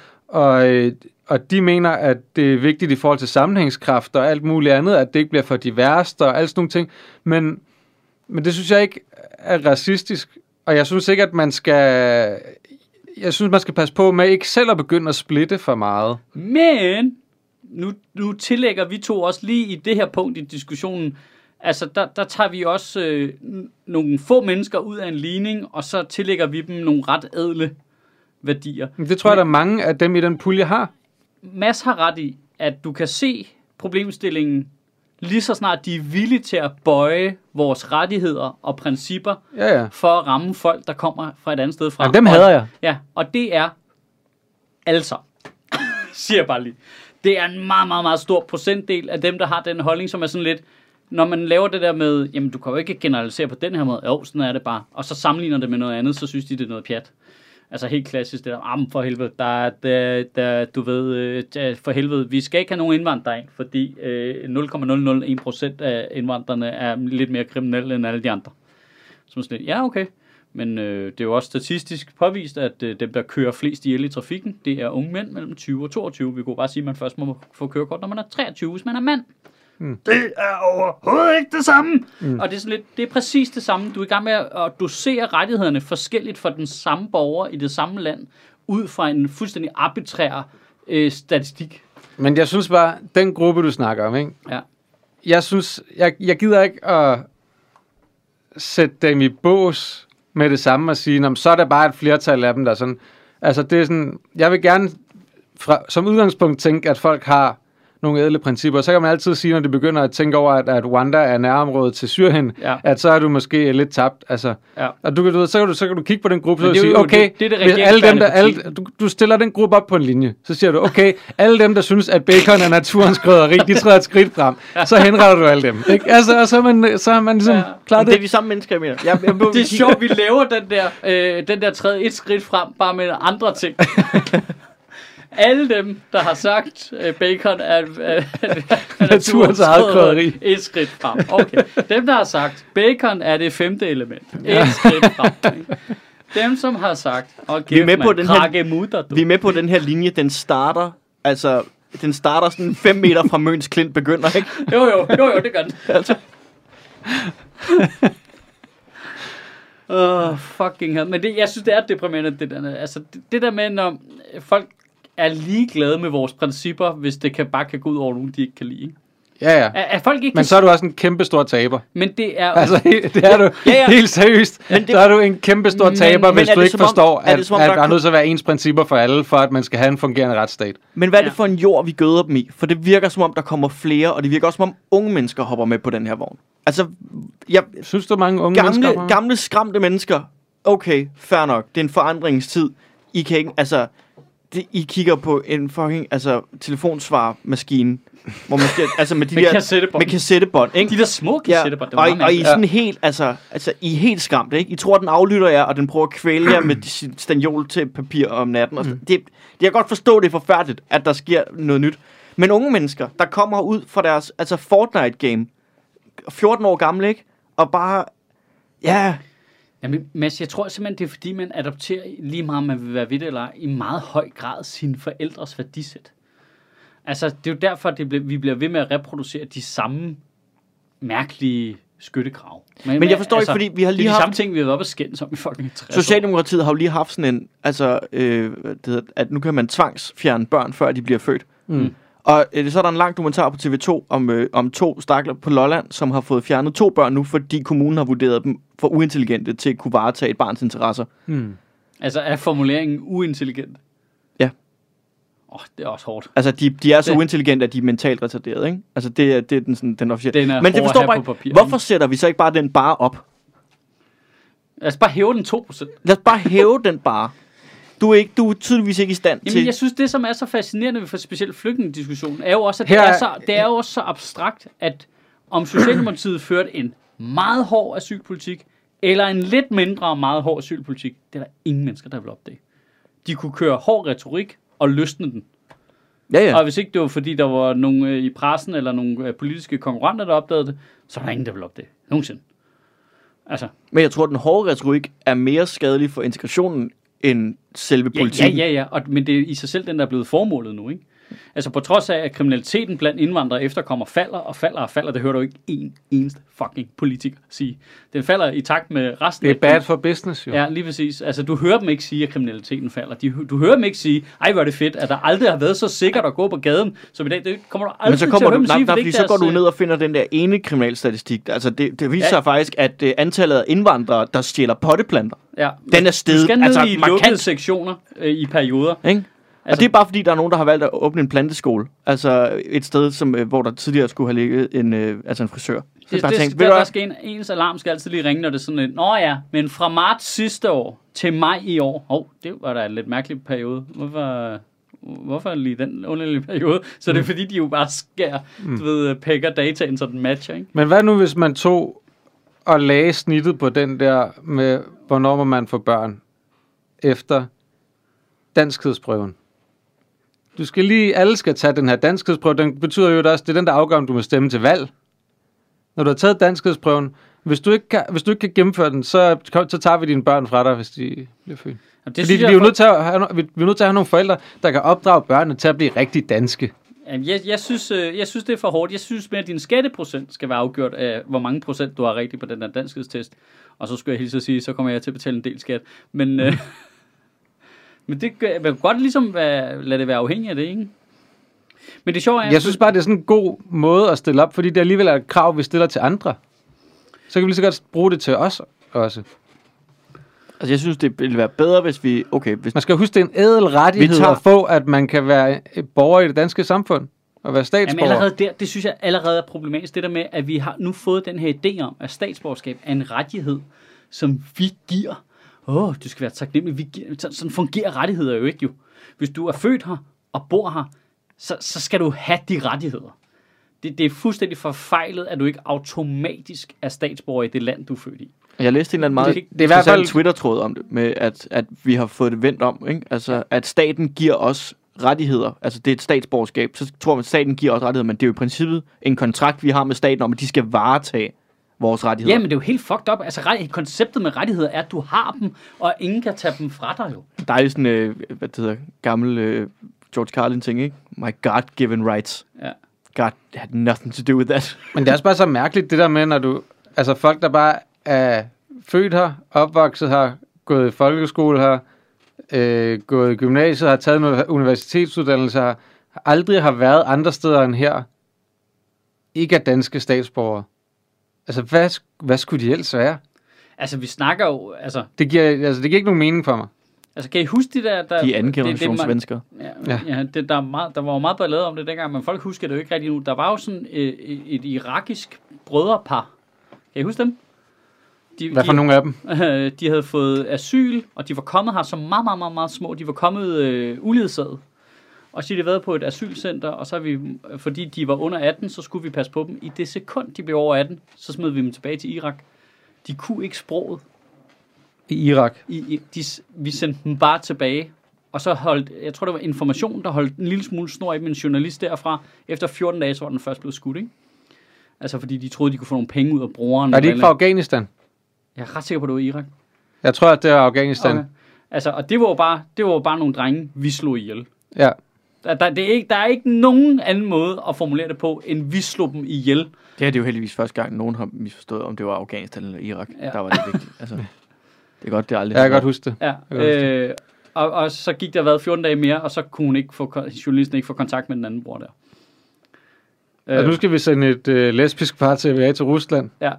og de mener, at det er vigtigt i forhold til sammenhængskraft og alt muligt andet, at det ikke bliver for diverst og alt sådan nogle ting. Men det synes jeg ikke er racistisk, og jeg synes ikke, at man skal passe på med ikke selv at begynde at splitte for meget. Men nu tillægger vi to også lige i det her punkt i diskussionen, altså der tager vi også nogle få mennesker ud af en ligning, og så tillægger vi dem nogle ret ædle værdier. Det tror jeg, der er mange af dem i den pulje har. Mads har ret i, at du kan se problemstillingen lige så snart de er villige til at bøje vores rettigheder og principper for at ramme folk, der kommer fra et andet sted fra. Ja, dem hader jeg. Ja, og det er altså, siger jeg bare lige, det er en meget, meget, meget stor procentdel af dem, der har den holdning, som er sådan lidt, når man laver det der med, jamen du kan jo ikke generalisere på den her måde, jo, sådan er det bare, og så sammenligner det med noget andet, så synes de, det er noget pjat. Altså helt klassisk, det der, for helvede, du ved, for helvede, vi skal ikke have nogen indvandrere ind, fordi 0,001% af indvandrerne er lidt mere kriminelle end alle de andre. Så sådan, ja, okay. Men det er jo også statistisk påvist, at dem, der kører flest ihjel i trafikken, det er unge mænd mellem 20 og 22. Vi kunne bare sige, at man først må få kørekort, når man er 23, hvis man er mand. Det er overhovedet ikke det samme. Og det er, sådan lidt, det er præcis det samme. Du er i gang med at dosere rettighederne forskelligt for den samme borger i det samme land, ud fra en fuldstændig arbitrær statistik. Men jeg synes bare, den gruppe, du snakker om, ikke? Ja. Jeg synes, jeg gider ikke at sætte dem i bås med det samme og sige, så er der bare et flertal af dem, der sådan... Altså, det er sådan... Jeg vil gerne som udgangspunkt tænke, at folk har nogle ædle principper. Så kan man altid sige, når de begynder at tænke over, at Rwanda er nærområdet til Syrien, at så er du måske lidt tabt. Altså, og så kan du kigge på den gruppe og sige, okay, det alle dem, du stiller den gruppe op på en linje. Så siger du, okay, alle dem, der synes, at bacon er naturens krydderi, de træder et skridt frem. Så henretter du alle dem. Ikke? Altså, og så er man ligesom klar. Det er de samme mennesker, jeg mener. Det er sjovt, vi laver den der træde et skridt frem, bare med andre ting. Alle dem, der har sagt, bacon er naturens eget krydderi. Et skridt frem. Okay. Dem, der har sagt, bacon er det 5. element. Et skridt frem. Dem, som har sagt, vi er med på den her linje, den starter sådan 5 meter fra Møns Klint begynder, ikke? Jo, det gør den. Altså. Fucking hell. Men jeg synes, det er deprimerende, det der. Altså, det der med, når folk er ligeglade med vores principper, hvis det bare kan gå ud over nogen, de ikke kan lide. Ja. At folk ikke men så er du også en kæmpe stor taber. Men det er... Altså, det er du helt seriøst. Så er du en kæmpe stor taber, hvis du ikke forstår, at der er nødt til at være ens principper for alle, for at man skal have en fungerende retsstat. Men hvad er det for en jord, vi gøder dem i? For det virker som om, der kommer flere, og det virker også som om, unge mennesker hopper med på den her vogn. Altså, synes du, mange unge mennesker gamle, skræmte mennesker, okay, fair nok, det er en forandringstid. I kan ikke, altså... I kigger på en fucking telefonsvarmaskine, hvor man skal, med de med kassettebånd, ikke? De der små kassettebånd. Ja, og I er sådan helt, I er helt skræmt, ikke? I tror, den aflytter jer, og den prøver at kvæle jer med sit stanjol til papir om natten. Og det jeg kan godt forstå, det er forfærdeligt, at der sker noget nyt. Men unge mennesker, der kommer ud fra deres Fortnite-game, 14 år gamle, ikke? Og bare, Jamen, Mads, jeg tror simpelthen, det er fordi, man adopterer lige meget, man vil være ved det eller i meget høj grad sine forældres værdisæt. Altså, det er jo derfor, vi bliver ved med at reproducere de samme mærkelige skyttekrav. Men jeg forstår ikke, fordi vi har lige haft... de samme ting, vi har været oppe at skændes om i fucking 60 Socialdemokratiet har jo lige haft sådan en, at nu kan man tvangsfjerne børn, før de bliver født. Og så er der en lang dokumentar på TV2 om 2 stakler på Lolland, som har fået fjernet 2 børn nu, fordi kommunen har vurderet dem for uintelligente til at kunne varetage et barns interesser. Altså er formuleringen uintelligent? Ja. Det er også hårdt. Altså de er så uintelligente, at de er mentalt retarderede, ikke? Altså det er den officielle. Men det forstår bare ikke, hvorfor sætter vi så ikke bare den bare op? Lad os bare hæve den 2%. Lad os bare hæve den bare. Du er tydeligvis ikke i stand til... Jamen, jeg synes, det som er så fascinerende ved for specielt flygtningediskussionen, er jo også, at det er jo også så abstrakt, at om Socialdemokratiet førte en meget hård asylpolitik, eller en lidt mindre og meget hård asylpolitik, det er der ingen mennesker, der vil opdage. De kunne køre hård retorik og løsne den. Ja. Og hvis ikke det var, fordi der var nogle i pressen, eller nogle politiske konkurrenter, der opdagede det, så er der ingen, der vil opdage det. Nogensinde. Altså. Men jeg tror, at den hårde retorik er mere skadelig for integrationen, end selve politikken. Ja. Men det er i sig selv den, der er blevet formålet nu, ikke? Altså på trods af, at kriminaliteten blandt indvandrere og efterkommer falder, det hører du ikke en eneste fucking politiker sige. Den falder i takt med resten. Det er bad for business, jo. Ja, lige præcis. Altså du hører dem ikke sige, at kriminaliteten falder. Du hører dem ikke sige, ej hvor er det fedt, at der aldrig har været så sikkert at gå på gaden, som i dag. Det kommer du aldrig til at høre dem sige. Fordi så går du ned og finder den der ene kriminalstatistik. Altså det viser sig faktisk, at antallet af indvandrere, der stjæler potteplanter, den er steget. Du skal ned i lukkede sektioner i perioder. Ikke? Altså, og det er bare fordi, der er nogen, der har valgt at åbne en planteskole. Altså et sted, hvor der tidligere skulle have ligget en frisør. Der skal ens alarm skal altid lige ringe, når det er sådan et, nå ja, men fra marts sidste år til maj i år, det var da en lidt mærkelig periode. Hvorfor lige den underlige periode? Så det er fordi, de jo bare skærer, pækker dataen, så den matcher, ikke? Men hvad nu, hvis man tog og lagde snittet på den der med, hvornår må man få børn efter danskhedsprøven? Alle skal tage den her danskhedsprøve. Den betyder jo også, det er den, der afgør, om du må stemme til valg. Når du har taget danskhedsprøven, hvis du ikke kan gennemføre den, så tager vi dine børn fra dig, hvis de bliver født. Fordi vi er jo nødt til at have nogle forældre, der kan opdrage børnene til at blive rigtig danske. Jeg synes, det er for hårdt. Jeg synes mere, at din skatteprocent skal være afgjort af, hvor mange procent du har rigtigt på den der danskhedstest. Og så skulle jeg hilse at sige, så kommer jeg til at betale en del skat. Men det kan godt ligesom lade det være afhængigt af det, ikke? Men det sjove er... Jeg synes bare, det er sådan en god måde at stille op, fordi det alligevel er et krav, vi stiller til andre. Så kan vi lige så godt bruge det til os også. Altså, jeg synes, det ville være bedre, hvis vi... Man skal huske, det er en ædel rettighed at få, at man kan være borger i det danske samfund og være statsborger. Jamen allerede det synes jeg allerede er problematisk. Det der med, at vi har nu fået den her idé om, at statsborgerskab er en rettighed, som vi giver. Du skal være taknemmelig. Sådan fungerer rettigheder jo ikke, jo. Hvis du er født her og bor her, så skal du have de rettigheder. Det er fuldstændig forfejlet, at du ikke automatisk er statsborger i det land, du er født i. Jeg læste en eller anden meget det er i hvert fald Twitter-tråd om det, med at vi har fået det vendt om, ikke? Altså, at staten giver os rettigheder. Altså, det er et statsborgerskab. Så tror man, at staten giver os rettigheder, men det er jo i princippet en kontrakt, vi har med staten om, at de skal varetage vores rettigheder. Jamen, det er jo helt fucked up. Altså, konceptet med rettigheder er, at du har dem, og ingen kan tage dem fra dig jo. Der er jo sådan, gammel George Carlin ting, ikke? My God-given rights. Ja. God had nothing to do with that. Men det er også bare så mærkeligt, det der med, når du... Altså, folk, der bare er født her, opvokset her, gået i folkeskole her, gået i gymnasiet, har taget en universitetsuddannelse her, aldrig har været andre steder end her, ikke er danske statsborgere. Altså, hvad skulle de ellers være? Altså, vi snakker jo... Altså, det giver ikke nogen mening for mig. Altså, kan I huske de der... De anden generations svensker. Ja, der var jo meget ballade om det dengang, men folk husker det jo ikke rigtig nu. Der var jo sådan et irakisk brødrepar. Kan I huske dem? Hvad for nogle af dem? De havde fået asyl, og de var kommet her som meget, meget, meget, meget små. De var kommet uledsaget. Og så de været på et asylcenter, og så fordi de var under 18, så skulle vi passe på dem. I det sekund, de blev over 18, så smed vi dem tilbage til Irak. De kunne ikke sproget. I Irak? Vi sendte dem bare tilbage. Og så jeg tror det var Information, der holdt en lille smule snor i med en journalist derfra. Efter 14 dage, så var den først blevet skudt, ikke? Altså fordi de troede, de kunne få nogle penge ud af brugeren. Er det ikke fra Afghanistan? Jeg er ret sikker på, det var Irak. Jeg tror, at det er Afghanistan. Okay. Altså, og det var jo bare nogle drenge, vi slog ihjel. Ja. Der er ikke nogen anden måde at formulere det på, end vi slog dem ihjel. Det er det jo heldigvis første gang, nogen har misforstået, om det var Afghanistan eller Irak. Ja. Der var det vigtigt. Altså, det er godt, det er aldrig... Jeg kan godt huske det. Ja. Og så gik der 14 dage mere, og så kunne journalisten ikke få kontakt med den anden bror der. Og nu skal vi sende et lesbisk par tilbage til Rusland. Ja.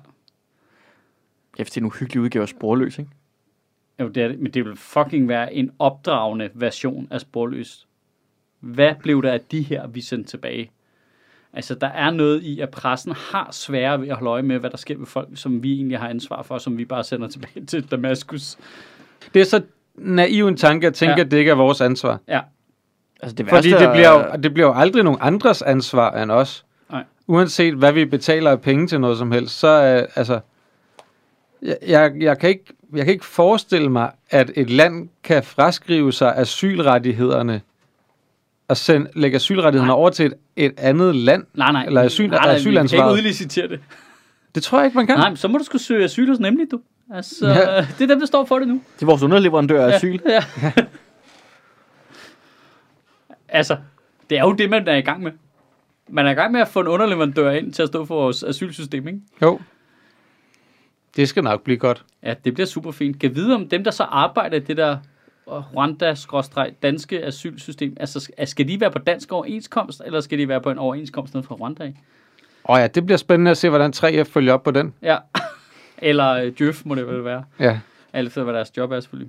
Jeg det er en uhyggelig udgave af Sporløs, ikke? Jo, det er det, men det vil fucking være en opdragende version af Sporløs. Hvad blev der af de her, vi sendte tilbage? Altså, der er noget i, at pressen har svære ved at holde øje med, hvad der sker med folk, som vi egentlig har ansvar for, som vi bare sender tilbage til Damaskus. Det er så naiv en tanke at tænke, at det ikke er vores ansvar. Ja. Altså, fordi det bliver jo aldrig nogen andres ansvar end os. Nej. Uanset hvad vi betaler af penge til noget som helst, så altså... Jeg kan ikke forestille mig, at et land kan fraskrive sig asylrettighederne at lægge asylrettighederne over til et andet land? Nej. Eller vi kan asylansvaret? ikke udlicitere det. Det tror jeg ikke, man kan. Nej, men så må du sgu søge asyl hos nemlig, du. Altså, Ja. det er dem, der står for det nu. Det er vores underleverandør af asyl. Ja. Altså, det er jo det, man er i gang med. Man er i gang med at få en underleverandør ind til at stå for vores asylsystem, ikke? Jo. Det skal nok blive godt. Ja, det bliver super fint. Kan vide om dem, der så arbejder i det der Rwanda-danske asylsystem, altså skal de være på dansk overenskomst, eller skal de være på en overenskomst nede fra Rwanda? Ja, det bliver spændende at se, hvordan 3F følger op på den. Ja, eller Djøf må det vel være. Ja. Alt efter, hvad deres job er selvfølgelig.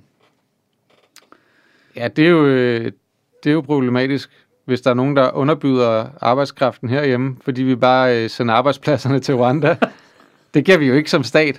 Ja, det er jo problematisk, hvis der er nogen, der underbyder arbejdskraften herhjemme, fordi vi bare sender arbejdspladserne til Rwanda. Det kan vi jo ikke som stat.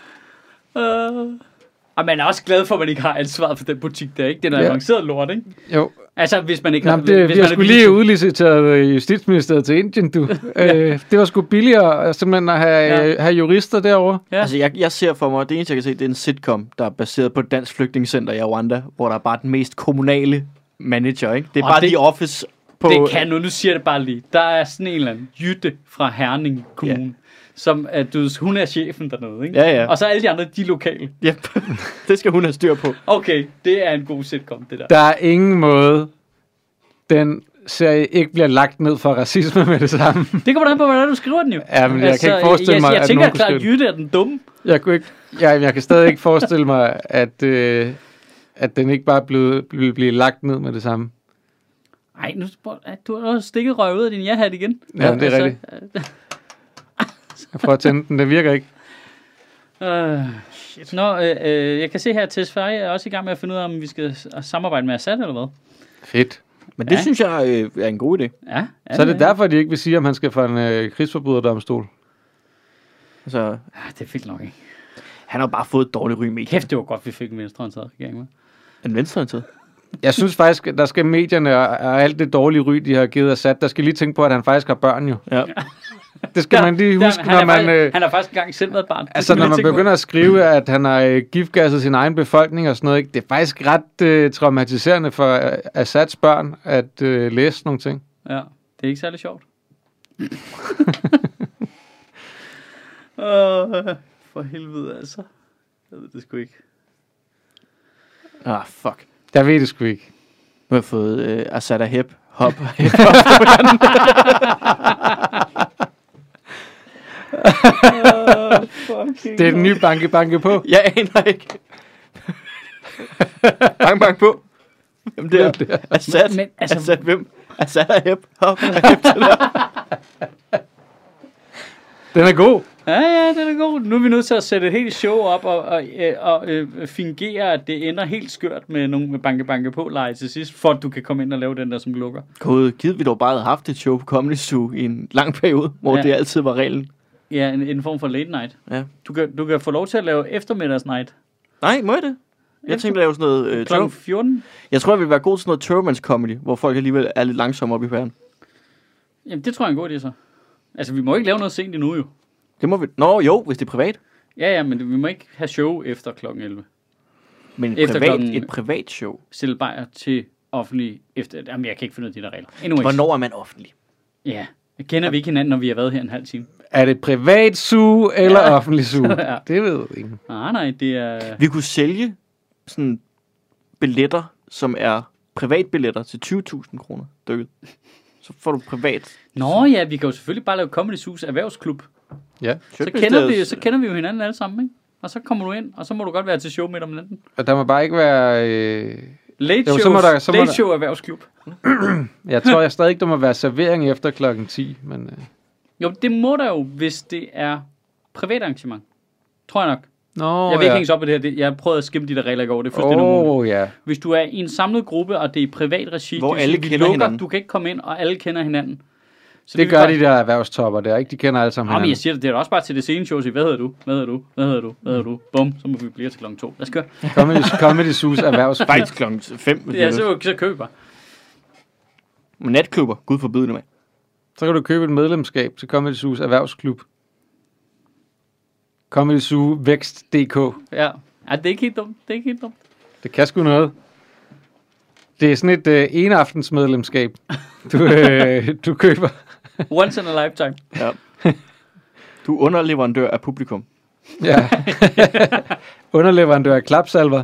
Og man er også glad for, at man ikke har ansvaret for den butik der, ikke? Det er noget avanceret lort, ikke? Jo. Altså, hvis man ikke Nå, har... vi har skulle lige udliciteret Justitsministeriet til Indien, du. Det var sgu billigere simpelthen at have jurister derovre. Ja. Altså, jeg ser for mig, det eneste, jeg kan se, det er en sitcom, der er baseret på et dansk flygtningecenter i Rwanda, hvor der er bare den mest kommunale manager, ikke? Det er bare The Office på... Det kan nu siger det bare lige. Der er sådan en eller anden Jytte fra Herning Kommune, som hun er chefen dernede, ikke? Ja. Og så alle de andre, de er lokale. Yep. Det skal hun have styr på. Okay, det er en god sitcom, det der. Der er ingen måde, den serie ikke bliver lagt ned for racisme med det samme. Det kommer an på, hvordan du skriver den jo. Ja, men jeg kan ikke forestille mig, jeg at tænker nogen klart, kunne at Jytte er den dumme. Jeg kan stadig ikke forestille mig, at den ikke bare vil blive lagt ned med det samme. Nej, du har stikket røv ud af din ja-hat igen. Ja, det er rigtigt. Jeg prøver at tænde den, det virker ikke. Jeg kan se her, at Tesfaye er også i gang med at finde ud af, om vi skal samarbejde med Assad eller hvad. Fedt. Men det synes jeg er en god idé. Ja, så er det derfor, de ikke vil sige, om han skal få en krigsforbryderdomstol. Altså, det er fedt nok, ikke? Han har bare fået et dårligt ry i medierne. Kæft, det var godt, vi fik en venstreorienteret regering med. En venstreorienteret? Jeg synes faktisk, der skal medierne og alt det dårlige ry, de har givet Assad, der skal lige tænke på, at han faktisk har børn jo. Ja. Det skal man lige huske, når man... Han har faktisk engang selv været barn. Altså, når man begynder at skrive, at han har giftgasset sin egen befolkning og sådan noget, ikke? Det er faktisk ret traumatiserende for Assads børn at læse nogle ting. Ja, det er ikke særlig sjovt. For helvede, altså. Jeg ved det sgu ikke. Fuck. Jeg ved det sgu ikke. Nu har jeg fået Assad og Hep. Hop. Det er den nye banke på. Jeg aner ikke. Bank på. Hvem det er? Assad. Men, altså, Assad hvem? Assad og Hep. Hop. Hep til der. Den er god. Ja, det er god. Nu er vi nødt til at sætte et helt show op og fingere, at det ender helt skørt med nogle med banke på leje til sidst, for at du kan komme ind og lave den der som lukker. Gud, givet vi dog bare havde haft et show på Comedy Zoo i en lang periode, hvor det altid var reglen. Ja, en form for late night. Ja. Du kan få lov til at lave eftermiddagsnight. Nej, må jeg det? Jeg tænkte at lave sådan noget... Klokken 14? Jeg tror, jeg vil være god til sådan noget Turmans comedy, hvor folk alligevel er lidt langsomme op i pæren. Jamen, det tror jeg er en god idé så. Altså, vi må ikke lave noget sent endnu jo. Det må vi... Nå, jo, hvis det er privat. Ja, men vi må ikke have show efter klokken 11. Men et privat show. Stille bajer til offentlig efter... Jamen, jeg kan ikke finde ud af de der regler. Anyways. Hvornår er man offentlig? Ja. Kender vi ikke hinanden, når vi har været her en halv time? Er det privat zoo eller offentlig zoo? Ja. Det ved jeg ikke. Nej, det er... Vi kunne sælge sådan billetter, som er privatbilletter til 20.000 kroner dykket. Så får du privat. Nå ja, vi kan jo selvfølgelig bare lave Comedy Zoo's erhvervsklub. Ja. Så kender vi jo hinanden alle sammen, ikke? Og så kommer du ind, og så må du godt være til show midt om natten. Og der må bare ikke være... Late show erhvervsklub. Jeg tror jeg stadig ikke, der må være servering efter klokken 10, men... Jo, det må der jo, hvis det er privat arrangement. Tror jeg nok. Nå, jeg vil ikke hænges op på det her. Jeg prøvede at skimme de der regler i går. Det er fuldstændig umuligt. Ja. Hvis du er i en samlet gruppe, og det er i privat regi, hvor alle kender hinanden. Du kan ikke komme ind, og alle kender hinanden. Så det gør de der erhvervstopper der, ikke? De kender alle sammen hinanden. Men jeg siger det er også bare til det sene show. Hvad hedder du? Hvad hedder du? Bum, så må vi blive til klokken 2. Lad os køre. Comedy Zoo's erhvervsklub. Faktisk klokken 5. Ja, så køber. Men natklubber, gud forbyde det mig. Så kan du købe et medlemskab til Comedy Zoo's erhvervsklub. Comedy Zoo Vækst.dk. Ja, det er ikke helt dumt. Det kan sgu noget. Det er sådan et enaftensmedlemskab, du køber. Once in a lifetime. Ja. Du er underleverandør af publikum. Ja. Underleverandør af klapsalver.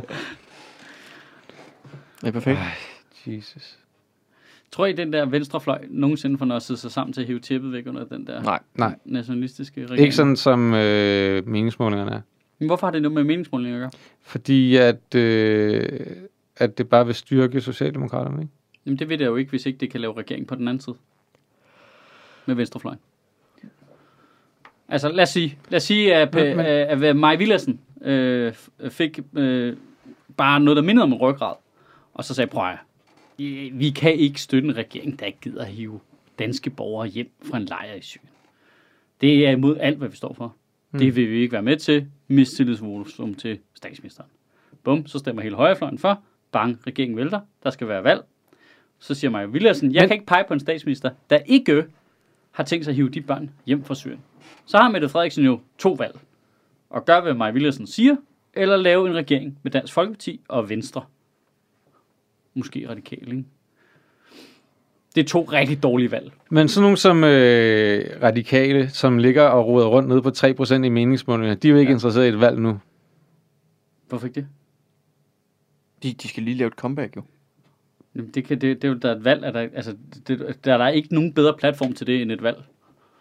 Det er perfekt. Jesus. Tror I, den der venstrefløj nogensinde får noget sig sammen til at hive tæppet væk under den der Nej. nationalistiske regering? Ikke sådan som meningsmålingerne er. Men hvorfor har det noget med meningsmålinger at gøre? Fordi at det bare vil styrke Socialdemokraterne, ikke? Jamen det ved jeg jo ikke, hvis ikke det kan lave regering på den anden side. Med venstrefløjen. Altså lad os sige at Mai Villadsen fik bare noget, der mindede om en ryggrad. Og så sagde prøv at vi kan ikke støtte en regering, der ikke gider at hive danske borgere hjem fra en lejr i Syrien. Det er imod alt, hvad vi står for. Det vil vi ikke være med til. Mistillidsvotum til statsministeren. Bum, så stemmer hele højrefløjen for. Bang, regeringen vælter. Der skal være valg. Så siger Mai Villadsen, jeg kan ikke pege på en statsminister, der ikke har tænkt sig at hive de børn hjem fra Syrien. Så har Mette Frederiksen jo 2 valg. Og gøre, hvad Mai Villadsen siger, eller lave en regering med Dansk Folkeparti og Venstre. Måske radikale, ikke? Det er 2 rigtig dårlige valg. Men sådan nogle som radikale, som ligger og roder rundt nede på 3% i meningsmålingerne, de er jo ikke interesseret i et valg nu. Hvorfor ikke det? De skal lige lave et comeback, jo. Jamen, det er jo der er et valg, der er ikke nogen bedre platform til det end et valg.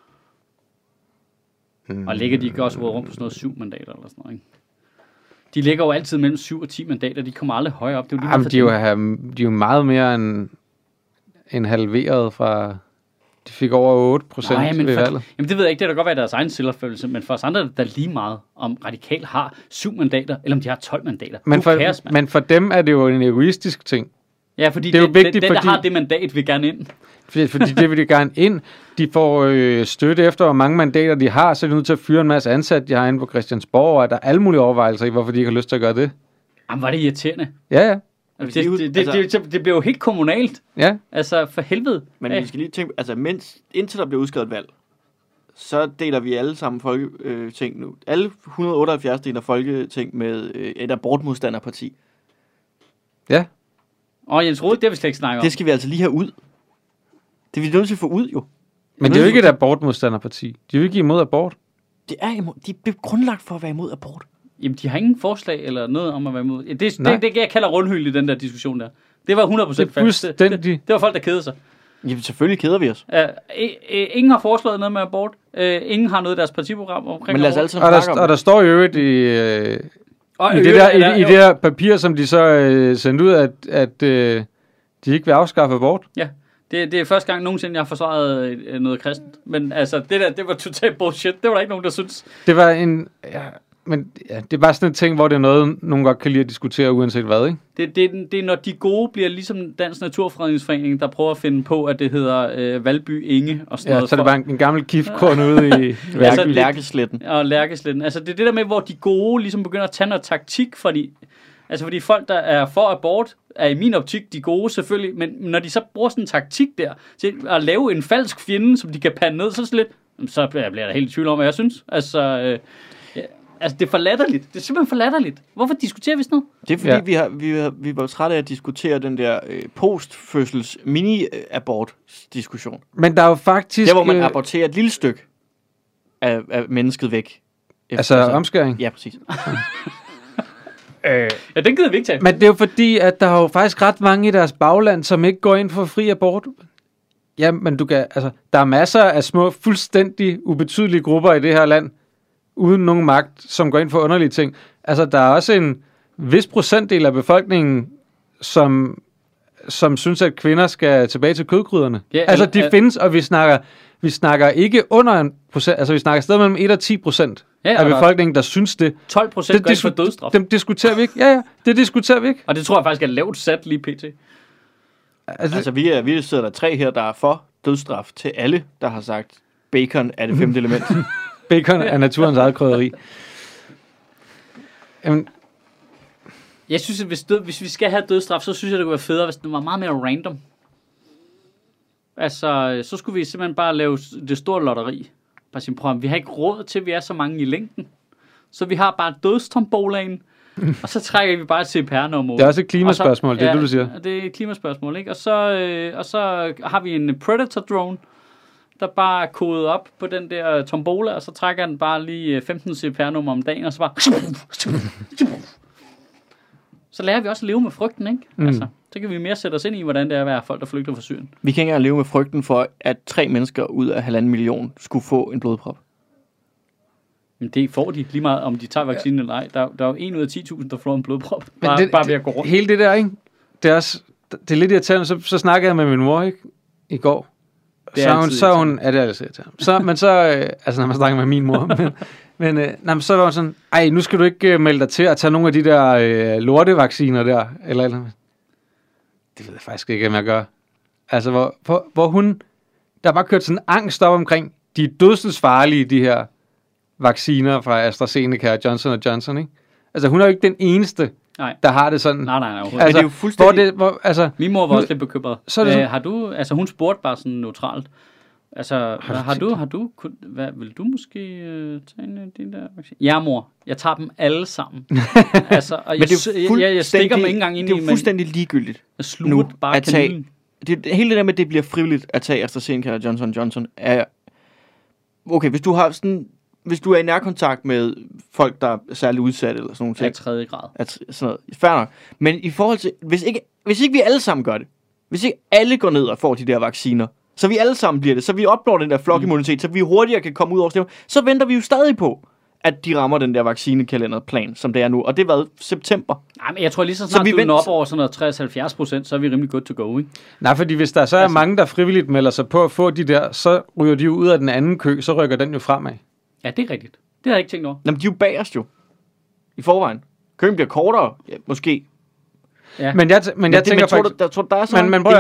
Og ligger de ikke også rundt på sådan noget 7 mandater eller sådan noget, ikke? De ligger jo altid mellem 7 og 10 mandater, de kommer aldrig højere op. Det er jo lige de er jo meget mere end halveret fra... De fik over 8% ved valget. Jamen det ved jeg ikke, det er da godt være deres egen selvopfølgelse, men for os andre er det da lige meget, om Radikal har 7 mandater, eller om de har 12 mandater. Men for dem er det jo en egoistisk ting. Ja, fordi det er jo vigtigt, den, der har det mandat, vil gerne ind. Fordi det vil de gerne ind. De får støtte efter, hvor mange mandater de har, så er de nødt til at fyre en masse ansat, de har inde på Christiansborg, og der er alle mulige overvejelser i, hvorfor de ikke har lyst til at gøre det. Jamen, var det irriterende. Ja. Det bliver jo helt kommunalt. Ja. Altså, for helvede. Men vi skal lige tænke, altså indtil der bliver udskrevet valg, så deler vi alle sammen folketing nu. Alle 178 deler folketing med et abortmodstanderparti. Ja. Og Jens Rohde, det har vi slet ikke snakket om. Det skal vi altså lige have ud. Det er vi nødt til at få ud, jo. Men det er jo ikke et abortmodstanderparti. De er jo ikke imod abort. De er grundlagt for at være imod abort. Jamen, de har ingen forslag eller noget om at være imod. Det jeg kalder rundhyld i den der diskussion der. Det var 100% falsk. Det var folk, der kedede sig. Jamen, selvfølgelig keder vi os. Ingen har foreslået noget med abort. Ingen har noget i deres partiprogram omkring men lad os altid snakke om og der står jo i det der papir, som de så sendte ud, at de ikke vil afskaffe abort. Ja, det er første gang nogensinde, jeg har forsvaret noget kristent. Men altså, det var totalt bullshit. Det var der ikke nogen, der synes. Det var det er bare sådan en ting, hvor det er noget, nogen godt kan lide at diskutere, uanset hvad, ikke? Det er, når de gode bliver ligesom Dansk Naturfredningsforening, der prøver at finde på, at det hedder Valby Inge og sådan noget. Så det var en gammel giftkorn ude i Lærkesletten. Og Lærkesletten. Altså, det er det der med, hvor de gode ligesom begynder at tage noget taktik, fordi folk, der er for abort, er i min optik de gode selvfølgelig, men når de så bruger sådan en taktik der, til at lave en falsk fjende, som de kan pande ned, så bliver der helt i tvivl om, hvad jeg synes. Altså, det er for latterligt. Det er simpelthen for latterligt. Hvorfor diskuterer vi sådan noget? Det er fordi, vi var trætte af at diskutere den der postfødsels mini-abort-diskussion. Men der er jo faktisk... Der, hvor man aborterer et lille stykke af mennesket væk. Altså omskæring? Ja, præcis. Ja, den gider vi ikke tage. Men det er jo fordi, at der er jo faktisk ret mange i deres bagland, som ikke går ind for fri abort. Ja, men der er masser af små, fuldstændig ubetydelige grupper i det her land, uden nogen magt, som går ind for underlige ting. Altså, der er også en vis procentdel af befolkningen, som synes, at kvinder skal tilbage til kødgryderne. Ja, altså, de findes, og vi snakker ikke under 1%, altså vi snakker stadig mellem 1 og 10% af befolkningen, der synes det. 12% går ikke for dødsstraf. Dem diskuterer vi ikke. Ja, det diskuterer vi ikke. Og det tror jeg faktisk er lavt sat lige pt. Altså, vi sidder der 3 her, der er for dødsstraf til alle, der har sagt, bacon er det 5. element. Bacon er naturens eget krydderi. Jamen. Jeg synes, at hvis vi skal have dødsstraf, så synes jeg, det kunne være federe, hvis det var meget mere random. Altså, så skulle vi simpelthen bare lave det store lotteri. Bare sige, prøv, vi har ikke råd til, at vi er så mange i længden. Så vi har bare dødstombolaen, Og så trækker vi bare et CPR-nummer ud. Det er også et klimaspørgsmål, det er det, du siger. Ja, det er et klimaspørgsmål, ikke? Og så har vi en Predator-drone, der bare er kodet op på den der tombola, og så trækker den bare lige 15 CPR-nummer om dagen, og så bare... Så lærer vi også at leve med frygten, ikke? Altså, så kan vi mere sætte os ind i, hvordan det er at være folk, der flygter fra Syrien. Vi kan ikke engang leve med frygten for, at 3 mennesker ud af 1,5 million skulle få en blodprop. Men det får de lige meget, om de tager vaccinen eller ej. Der er jo 1 ud af 10.000, der får en blodprop. Bare ved at gå rundt. Hele det der, ikke? Det er lidt irriterende. Så snakkede jeg med min mor, ikke? I går. Det er det er altså irriterende. Men så, altså når man snakker med min mor, men så var hun sådan, ej, nu skal du ikke melde dig til at tage nogle af de der lortevacciner der, eller. Det ved jeg faktisk ikke, om jeg gør. Altså, hvor hun, der har bare kørt sådan en angst op omkring, de er dødsensfarlige, de her vacciner fra AstraZeneca og Johnson, ikke? Altså, hun er jo ikke den eneste, der har det sådan. Nej. Altså, men det er jo fuldstændig... Min mor var også lidt bekymret. Så er det sådan, har du, altså hun spurgte bare sådan neutralt. Altså, vil du måske tage en af de der vacciner? Ja, mor. Jeg tager dem alle sammen. Altså, og jeg stikker dem ikke engang ind i. Det er jo fuldstændig ligegyldigt. Jeg sluger bare kaninen. Hele det der med, at det bliver frivilligt at tage AstraZeneca og Johnson er... Okay, hvis du er i nærkontakt med folk, der er særligt udsatte eller sådan noget. Af 3. grad. Sådan noget. Fair nok. Men i forhold til... Hvis ikke vi alle sammen gør det, hvis ikke alle går ned og får de der vacciner, så vi alle sammen bliver det, så vi opnår den der flokimmunitet, så vi hurtigere kan komme ud over stemmen, så venter vi jo stadig på, at de rammer den der vaccinekalenderplan, som det er nu. Og det har været september. Nej, men jeg tror lige så snart, du er op over sådan noget 60-70%, så er vi rimelig good to go, ikke? Nej, fordi hvis der så er mange, der frivilligt melder sig på at få de der, så ryger de jo ud af den anden kø, så rykker den jo fremad. Ja, det er rigtigt. Det har jeg ikke tænkt over. Jamen, de er jo bagerst jo. I forvejen. Køen bliver kortere, ja, måske. Ja. Men jeg tænker faktisk... Der er sådan... Men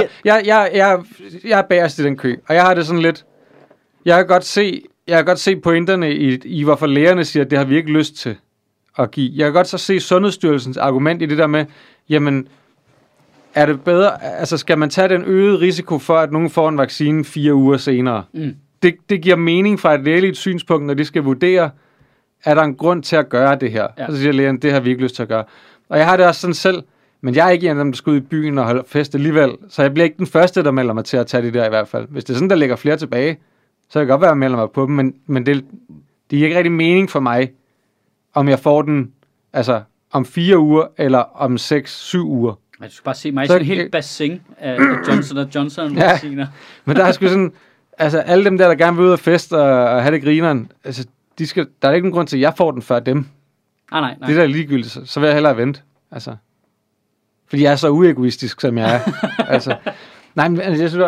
jeg er bagerst i den kø, og jeg har det sådan lidt... Jeg kan godt se pointerne i hvorfor lægerne siger, at det har vi ikke lyst til at give. Jeg kan godt så se Sundhedsstyrelsens argument i det der med, jamen, er det bedre... Altså, skal man tage den øgede risiko for, at nogen får en vaccine 4 uger senere? Det giver mening fra et lægeligt synspunkt, når de skal vurdere, er der en grund til at gøre det her? Ja. Så siger lægen, det har vi ikke lyst til at gøre. Og jeg har det også sådan selv... Men jeg er ikke en af dem, der skal ud i byen og holde fest alligevel, så jeg bliver ikke den første, der melder mig til at tage det der i hvert fald. Hvis det er sådan, der ligger flere tilbage, så kan det godt være, at jeg melder mig på dem, men det giver ikke rigtig mening for mig, om jeg får den altså om 4 uger, eller om 6-7 uger. Du skal bare se mig i sådan en helt bassin af Johnson & Johnson-vacciner. Ja, men der er sgu sådan, altså alle dem der gerne vil ud og fest og have det grineren, altså der er ikke nogen grund til, at jeg får den før dem. Nej. Det der er ligegyldigt, så vil jeg hellere vente, altså. Fordi jeg er så uegoistisk, som jeg er. Altså, nej, men jeg synes,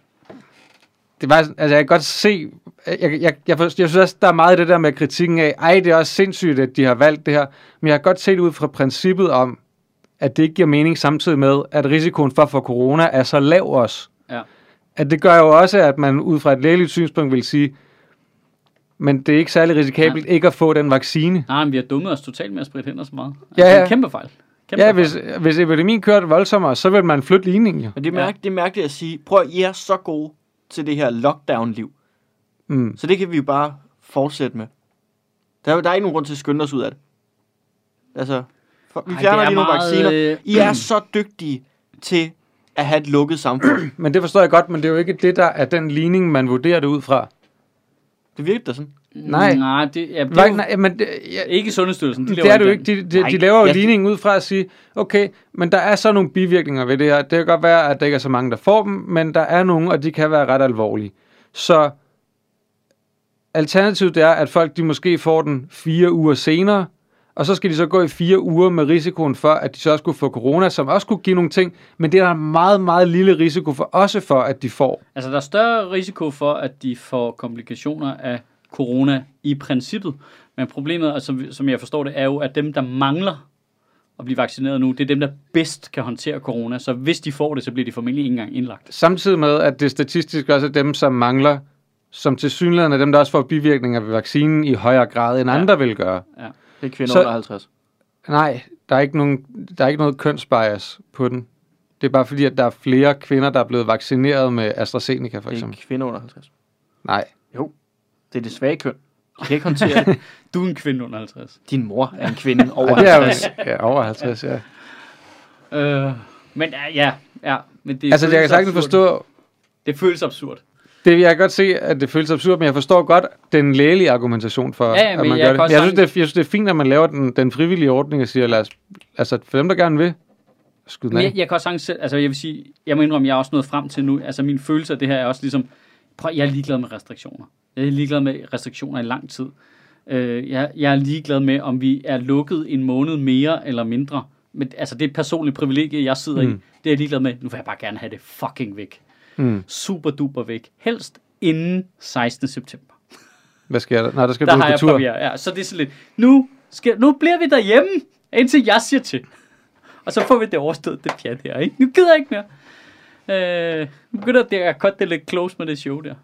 det var, altså, jeg kan godt se, jeg synes også, der er meget af det der med kritikken af, det er også sindssygt, at de har valgt det her, men jeg kan godt se det ud fra princippet om, at det ikke giver mening samtidig med, at risikoen for at få corona er så lav også. Ja. At det gør jo også, at man ud fra et lægeligt synspunkt vil sige, men det er ikke særlig risikabelt ikke at få den vaccine. Nej, men vi har dummet os totalt med at spritte hænder så meget. Ja. Det er en kæmpe fejl. Hvis epidemien kørte voldsommere, så vil man flytte ligningen jo. Men det er mærkeligt at sige, prøv at I er så gode til det her lockdown-liv. Så det kan vi jo bare fortsætte med. Der er ikke nogen grund til at skynde os ud af det. Altså, vi fjerner lige nogle vacciner. I er så dygtige til at have et lukket samfund. Men det forstår jeg godt, men det er jo ikke det, der er den ligning, man vurderer det ud fra. Det virker da sådan. Nej, ikke Sundhedsstyrelsen. Det er det jo ikke. De laver jo ligningen ud fra at sige, okay, men der er så nogle bivirkninger ved det her. Det kan godt være, at der ikke er så mange, der får dem, men der er nogle, og de kan være ret alvorlige. Så alternativet er, at folk de måske får den 4 uger senere, og så skal de så gå i 4 uger med risikoen for, at de så også kunne få corona, som også kunne give nogle ting, men det er der en meget, meget lille risiko for, også for, at de får. Altså, der er større risiko for, at de får komplikationer af corona i princippet, men problemet, altså, som jeg forstår det, er jo, at dem, der mangler at blive vaccineret nu, det er dem, der bedst kan håndtere corona, så hvis de får det, så bliver de formentlig ikke engang indlagt. Samtidig med, at det statistisk også er dem, som mangler, som tilsyneladende er dem, der også får bivirkninger ved vaccinen i højere grad, end andre vil gøre. Ja. Det er kvinder under 50. Nej, der er ikke noget kønsbias på den. Det er bare fordi, at der er flere kvinder, der er blevet vaccineret med AstraZeneca, for eksempel. Det er kvinder under 50. Nej. Jo, det er det svage køn. De kan ikke håndtere det. Du er en kvinde under 50. Din mor er en kvinde over Ja, det er 50. jo over 50, ja. Men ja. Men det Altså, jeg kan sagtens forstå... Det føles absurd. Jeg kan godt se, at det føles absurd, men jeg forstår godt den lægelige argumentation for, Ja, at men man jeg gør det. kan også Jeg synes, det er fint, at man laver den frivillige ordning og siger, lad os, altså for dem, der gerne vil, skud den Men af. jeg kan også sagtens selv, altså jeg vil sige, jeg må indrømme, jeg er også nået frem til nu, altså min følelse af det her er også ligesom, jeg er ligeglad med restriktioner. Jeg er ligeglad med restriktioner i lang tid. Jeg er ligeglad med, om vi er lukket en måned mere eller mindre. Men altså det er et personligt privilegie, jeg sidder i. Det er jeg ligeglad med. Nu vil jeg bare gerne have det fucking væk. Super duper væk. Helst inden 16. september. Hvad sker der? Nej, der skal Der du har på jeg tur. premiere. Ja, så det er sådan lidt, nu bliver vi derhjemme, indtil jeg siger til. Og så får vi det overstået, det pjat her, ikke? Nu gider jeg ikke mere. Nu begynder det at cut det lidt close med det show der.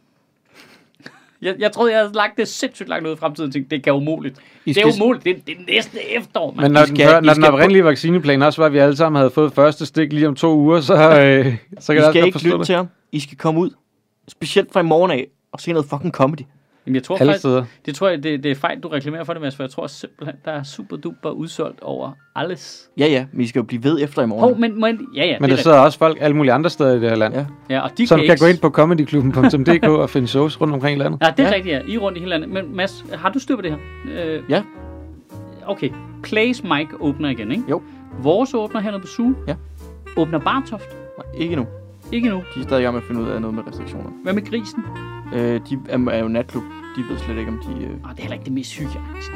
Jeg troede, jeg havde lagt det sindssygt langt ud i fremtiden, og tænkte, det er umuligt. Det er umuligt. Det er næste efterår, man. Men når den oprindelige vaccineplan også var, at vi alle sammen havde fået første stik lige om 2 uger, så kan jeg I også skal godt ikke forstå lytte det. til ham. I skal komme ud. Specielt fra i morgen af. Og se noget fucking comedy. Jamen, jeg tror Alle faktisk, steder. det tror jeg, det er fejl, du reklamerer for det, Mads, for jeg tror simpelthen, der er super duper udsolgt over alles. Ja, men I skal jo blive ved efter i morgen. Hov, men ja, Men det der sidder også folk alle mulige andre steder i det her land, Ja. ja, og de som kan kan ikke... gå ind på comedyklubben.dk og finde shows rundt omkring i landet. Ja, det er Ja. rigtigt, ja. I er rundt i hele landet. Men Mads, har du styr på det her? Ja. Okay, Plays Mic åbner igen, ikke? Jo. Vores åbner hernede på Zoo. Ja. Åbner Bartoft? Nej, ikke nu. Ikke nu. De er stadig i gang med at finde ud af noget med restriktioner. Hvad med grisen? De er jo natklub. De ved slet ikke, om de... Det er heller ikke det mest hygiejniske.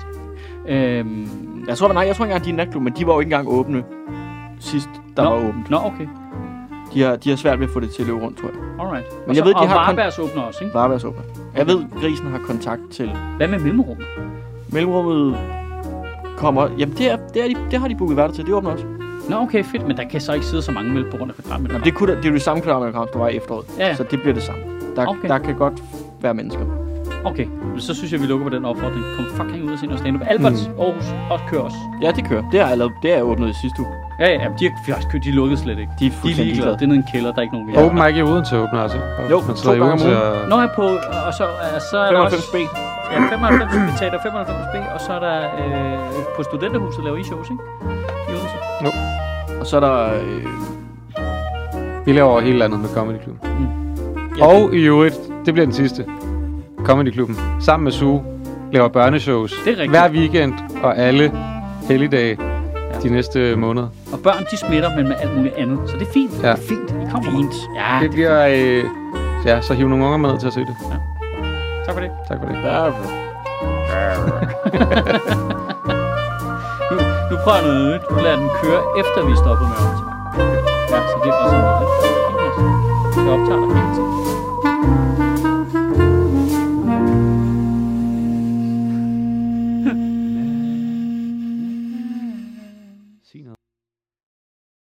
Jeg tror ikke engang, de er natklub, men de var jo ikke engang åbne sidst, der var åbent. Nå, okay. De har svært ved at få det til at løbe rundt, tror jeg. Alright. Men jeg ved, de og har Varbergs åbner også, ikke? Varbergs åbner. Jeg ved, grisen har kontakt til... Hvad med mellemrummet? Mellemrummet kommer... Jamen, det har de booket værter til. Det åbner også. Nå, okay, fedt. Men der kan så ikke sidde så mange på grund af kvadratmeter. Jamen, det er jo det samme kvadratmeter, der var i efteråret. Ja. Så det bliver det samme. Okay. Der kan godt være mennesker. Okay, så synes jeg, vi lukker på den opfordring. Kom fucking ud og se noget stand-up. Albert, Aarhus, også kører os. Ja, det kører. Det er åbnet i sidste uge. Ja, de lukkede slet ikke. De er De er fuldstændig ligeglade. Det er nede i en kælder, der er ikke nogen Open mic i Odense åbner altså. Jo, man 2 sidder i gange om Odense ugen. og... Nå, jeg på, og så er der også... 95B. Ja, 95, vi tager 95B, og så er der på Studenterhuset laver I shows, ikke? I Odense. Jo. Og så er der... Vi laver over hele landet med Comedy Klubben. Ja, Og i øvrigt, det bliver den sidste. Comedy Klubben. Sammen med Sue laver børneshows. Det er rigtigt. Hver weekend og alle helligdage de næste måneder. Og børn, de smitter, men med alt muligt andet. Så det er fint. Ja. Det er fint. I kommer Fint. Ja, Det bliver... ja, så hiv nogle unger med ned til at se det. tak for det. Tak for det. Nu prøver jeg noget nyt. Nu lader den køre, efter vi stopper med optaget. Ja, så det er også noget. Det optager dig hele tiden.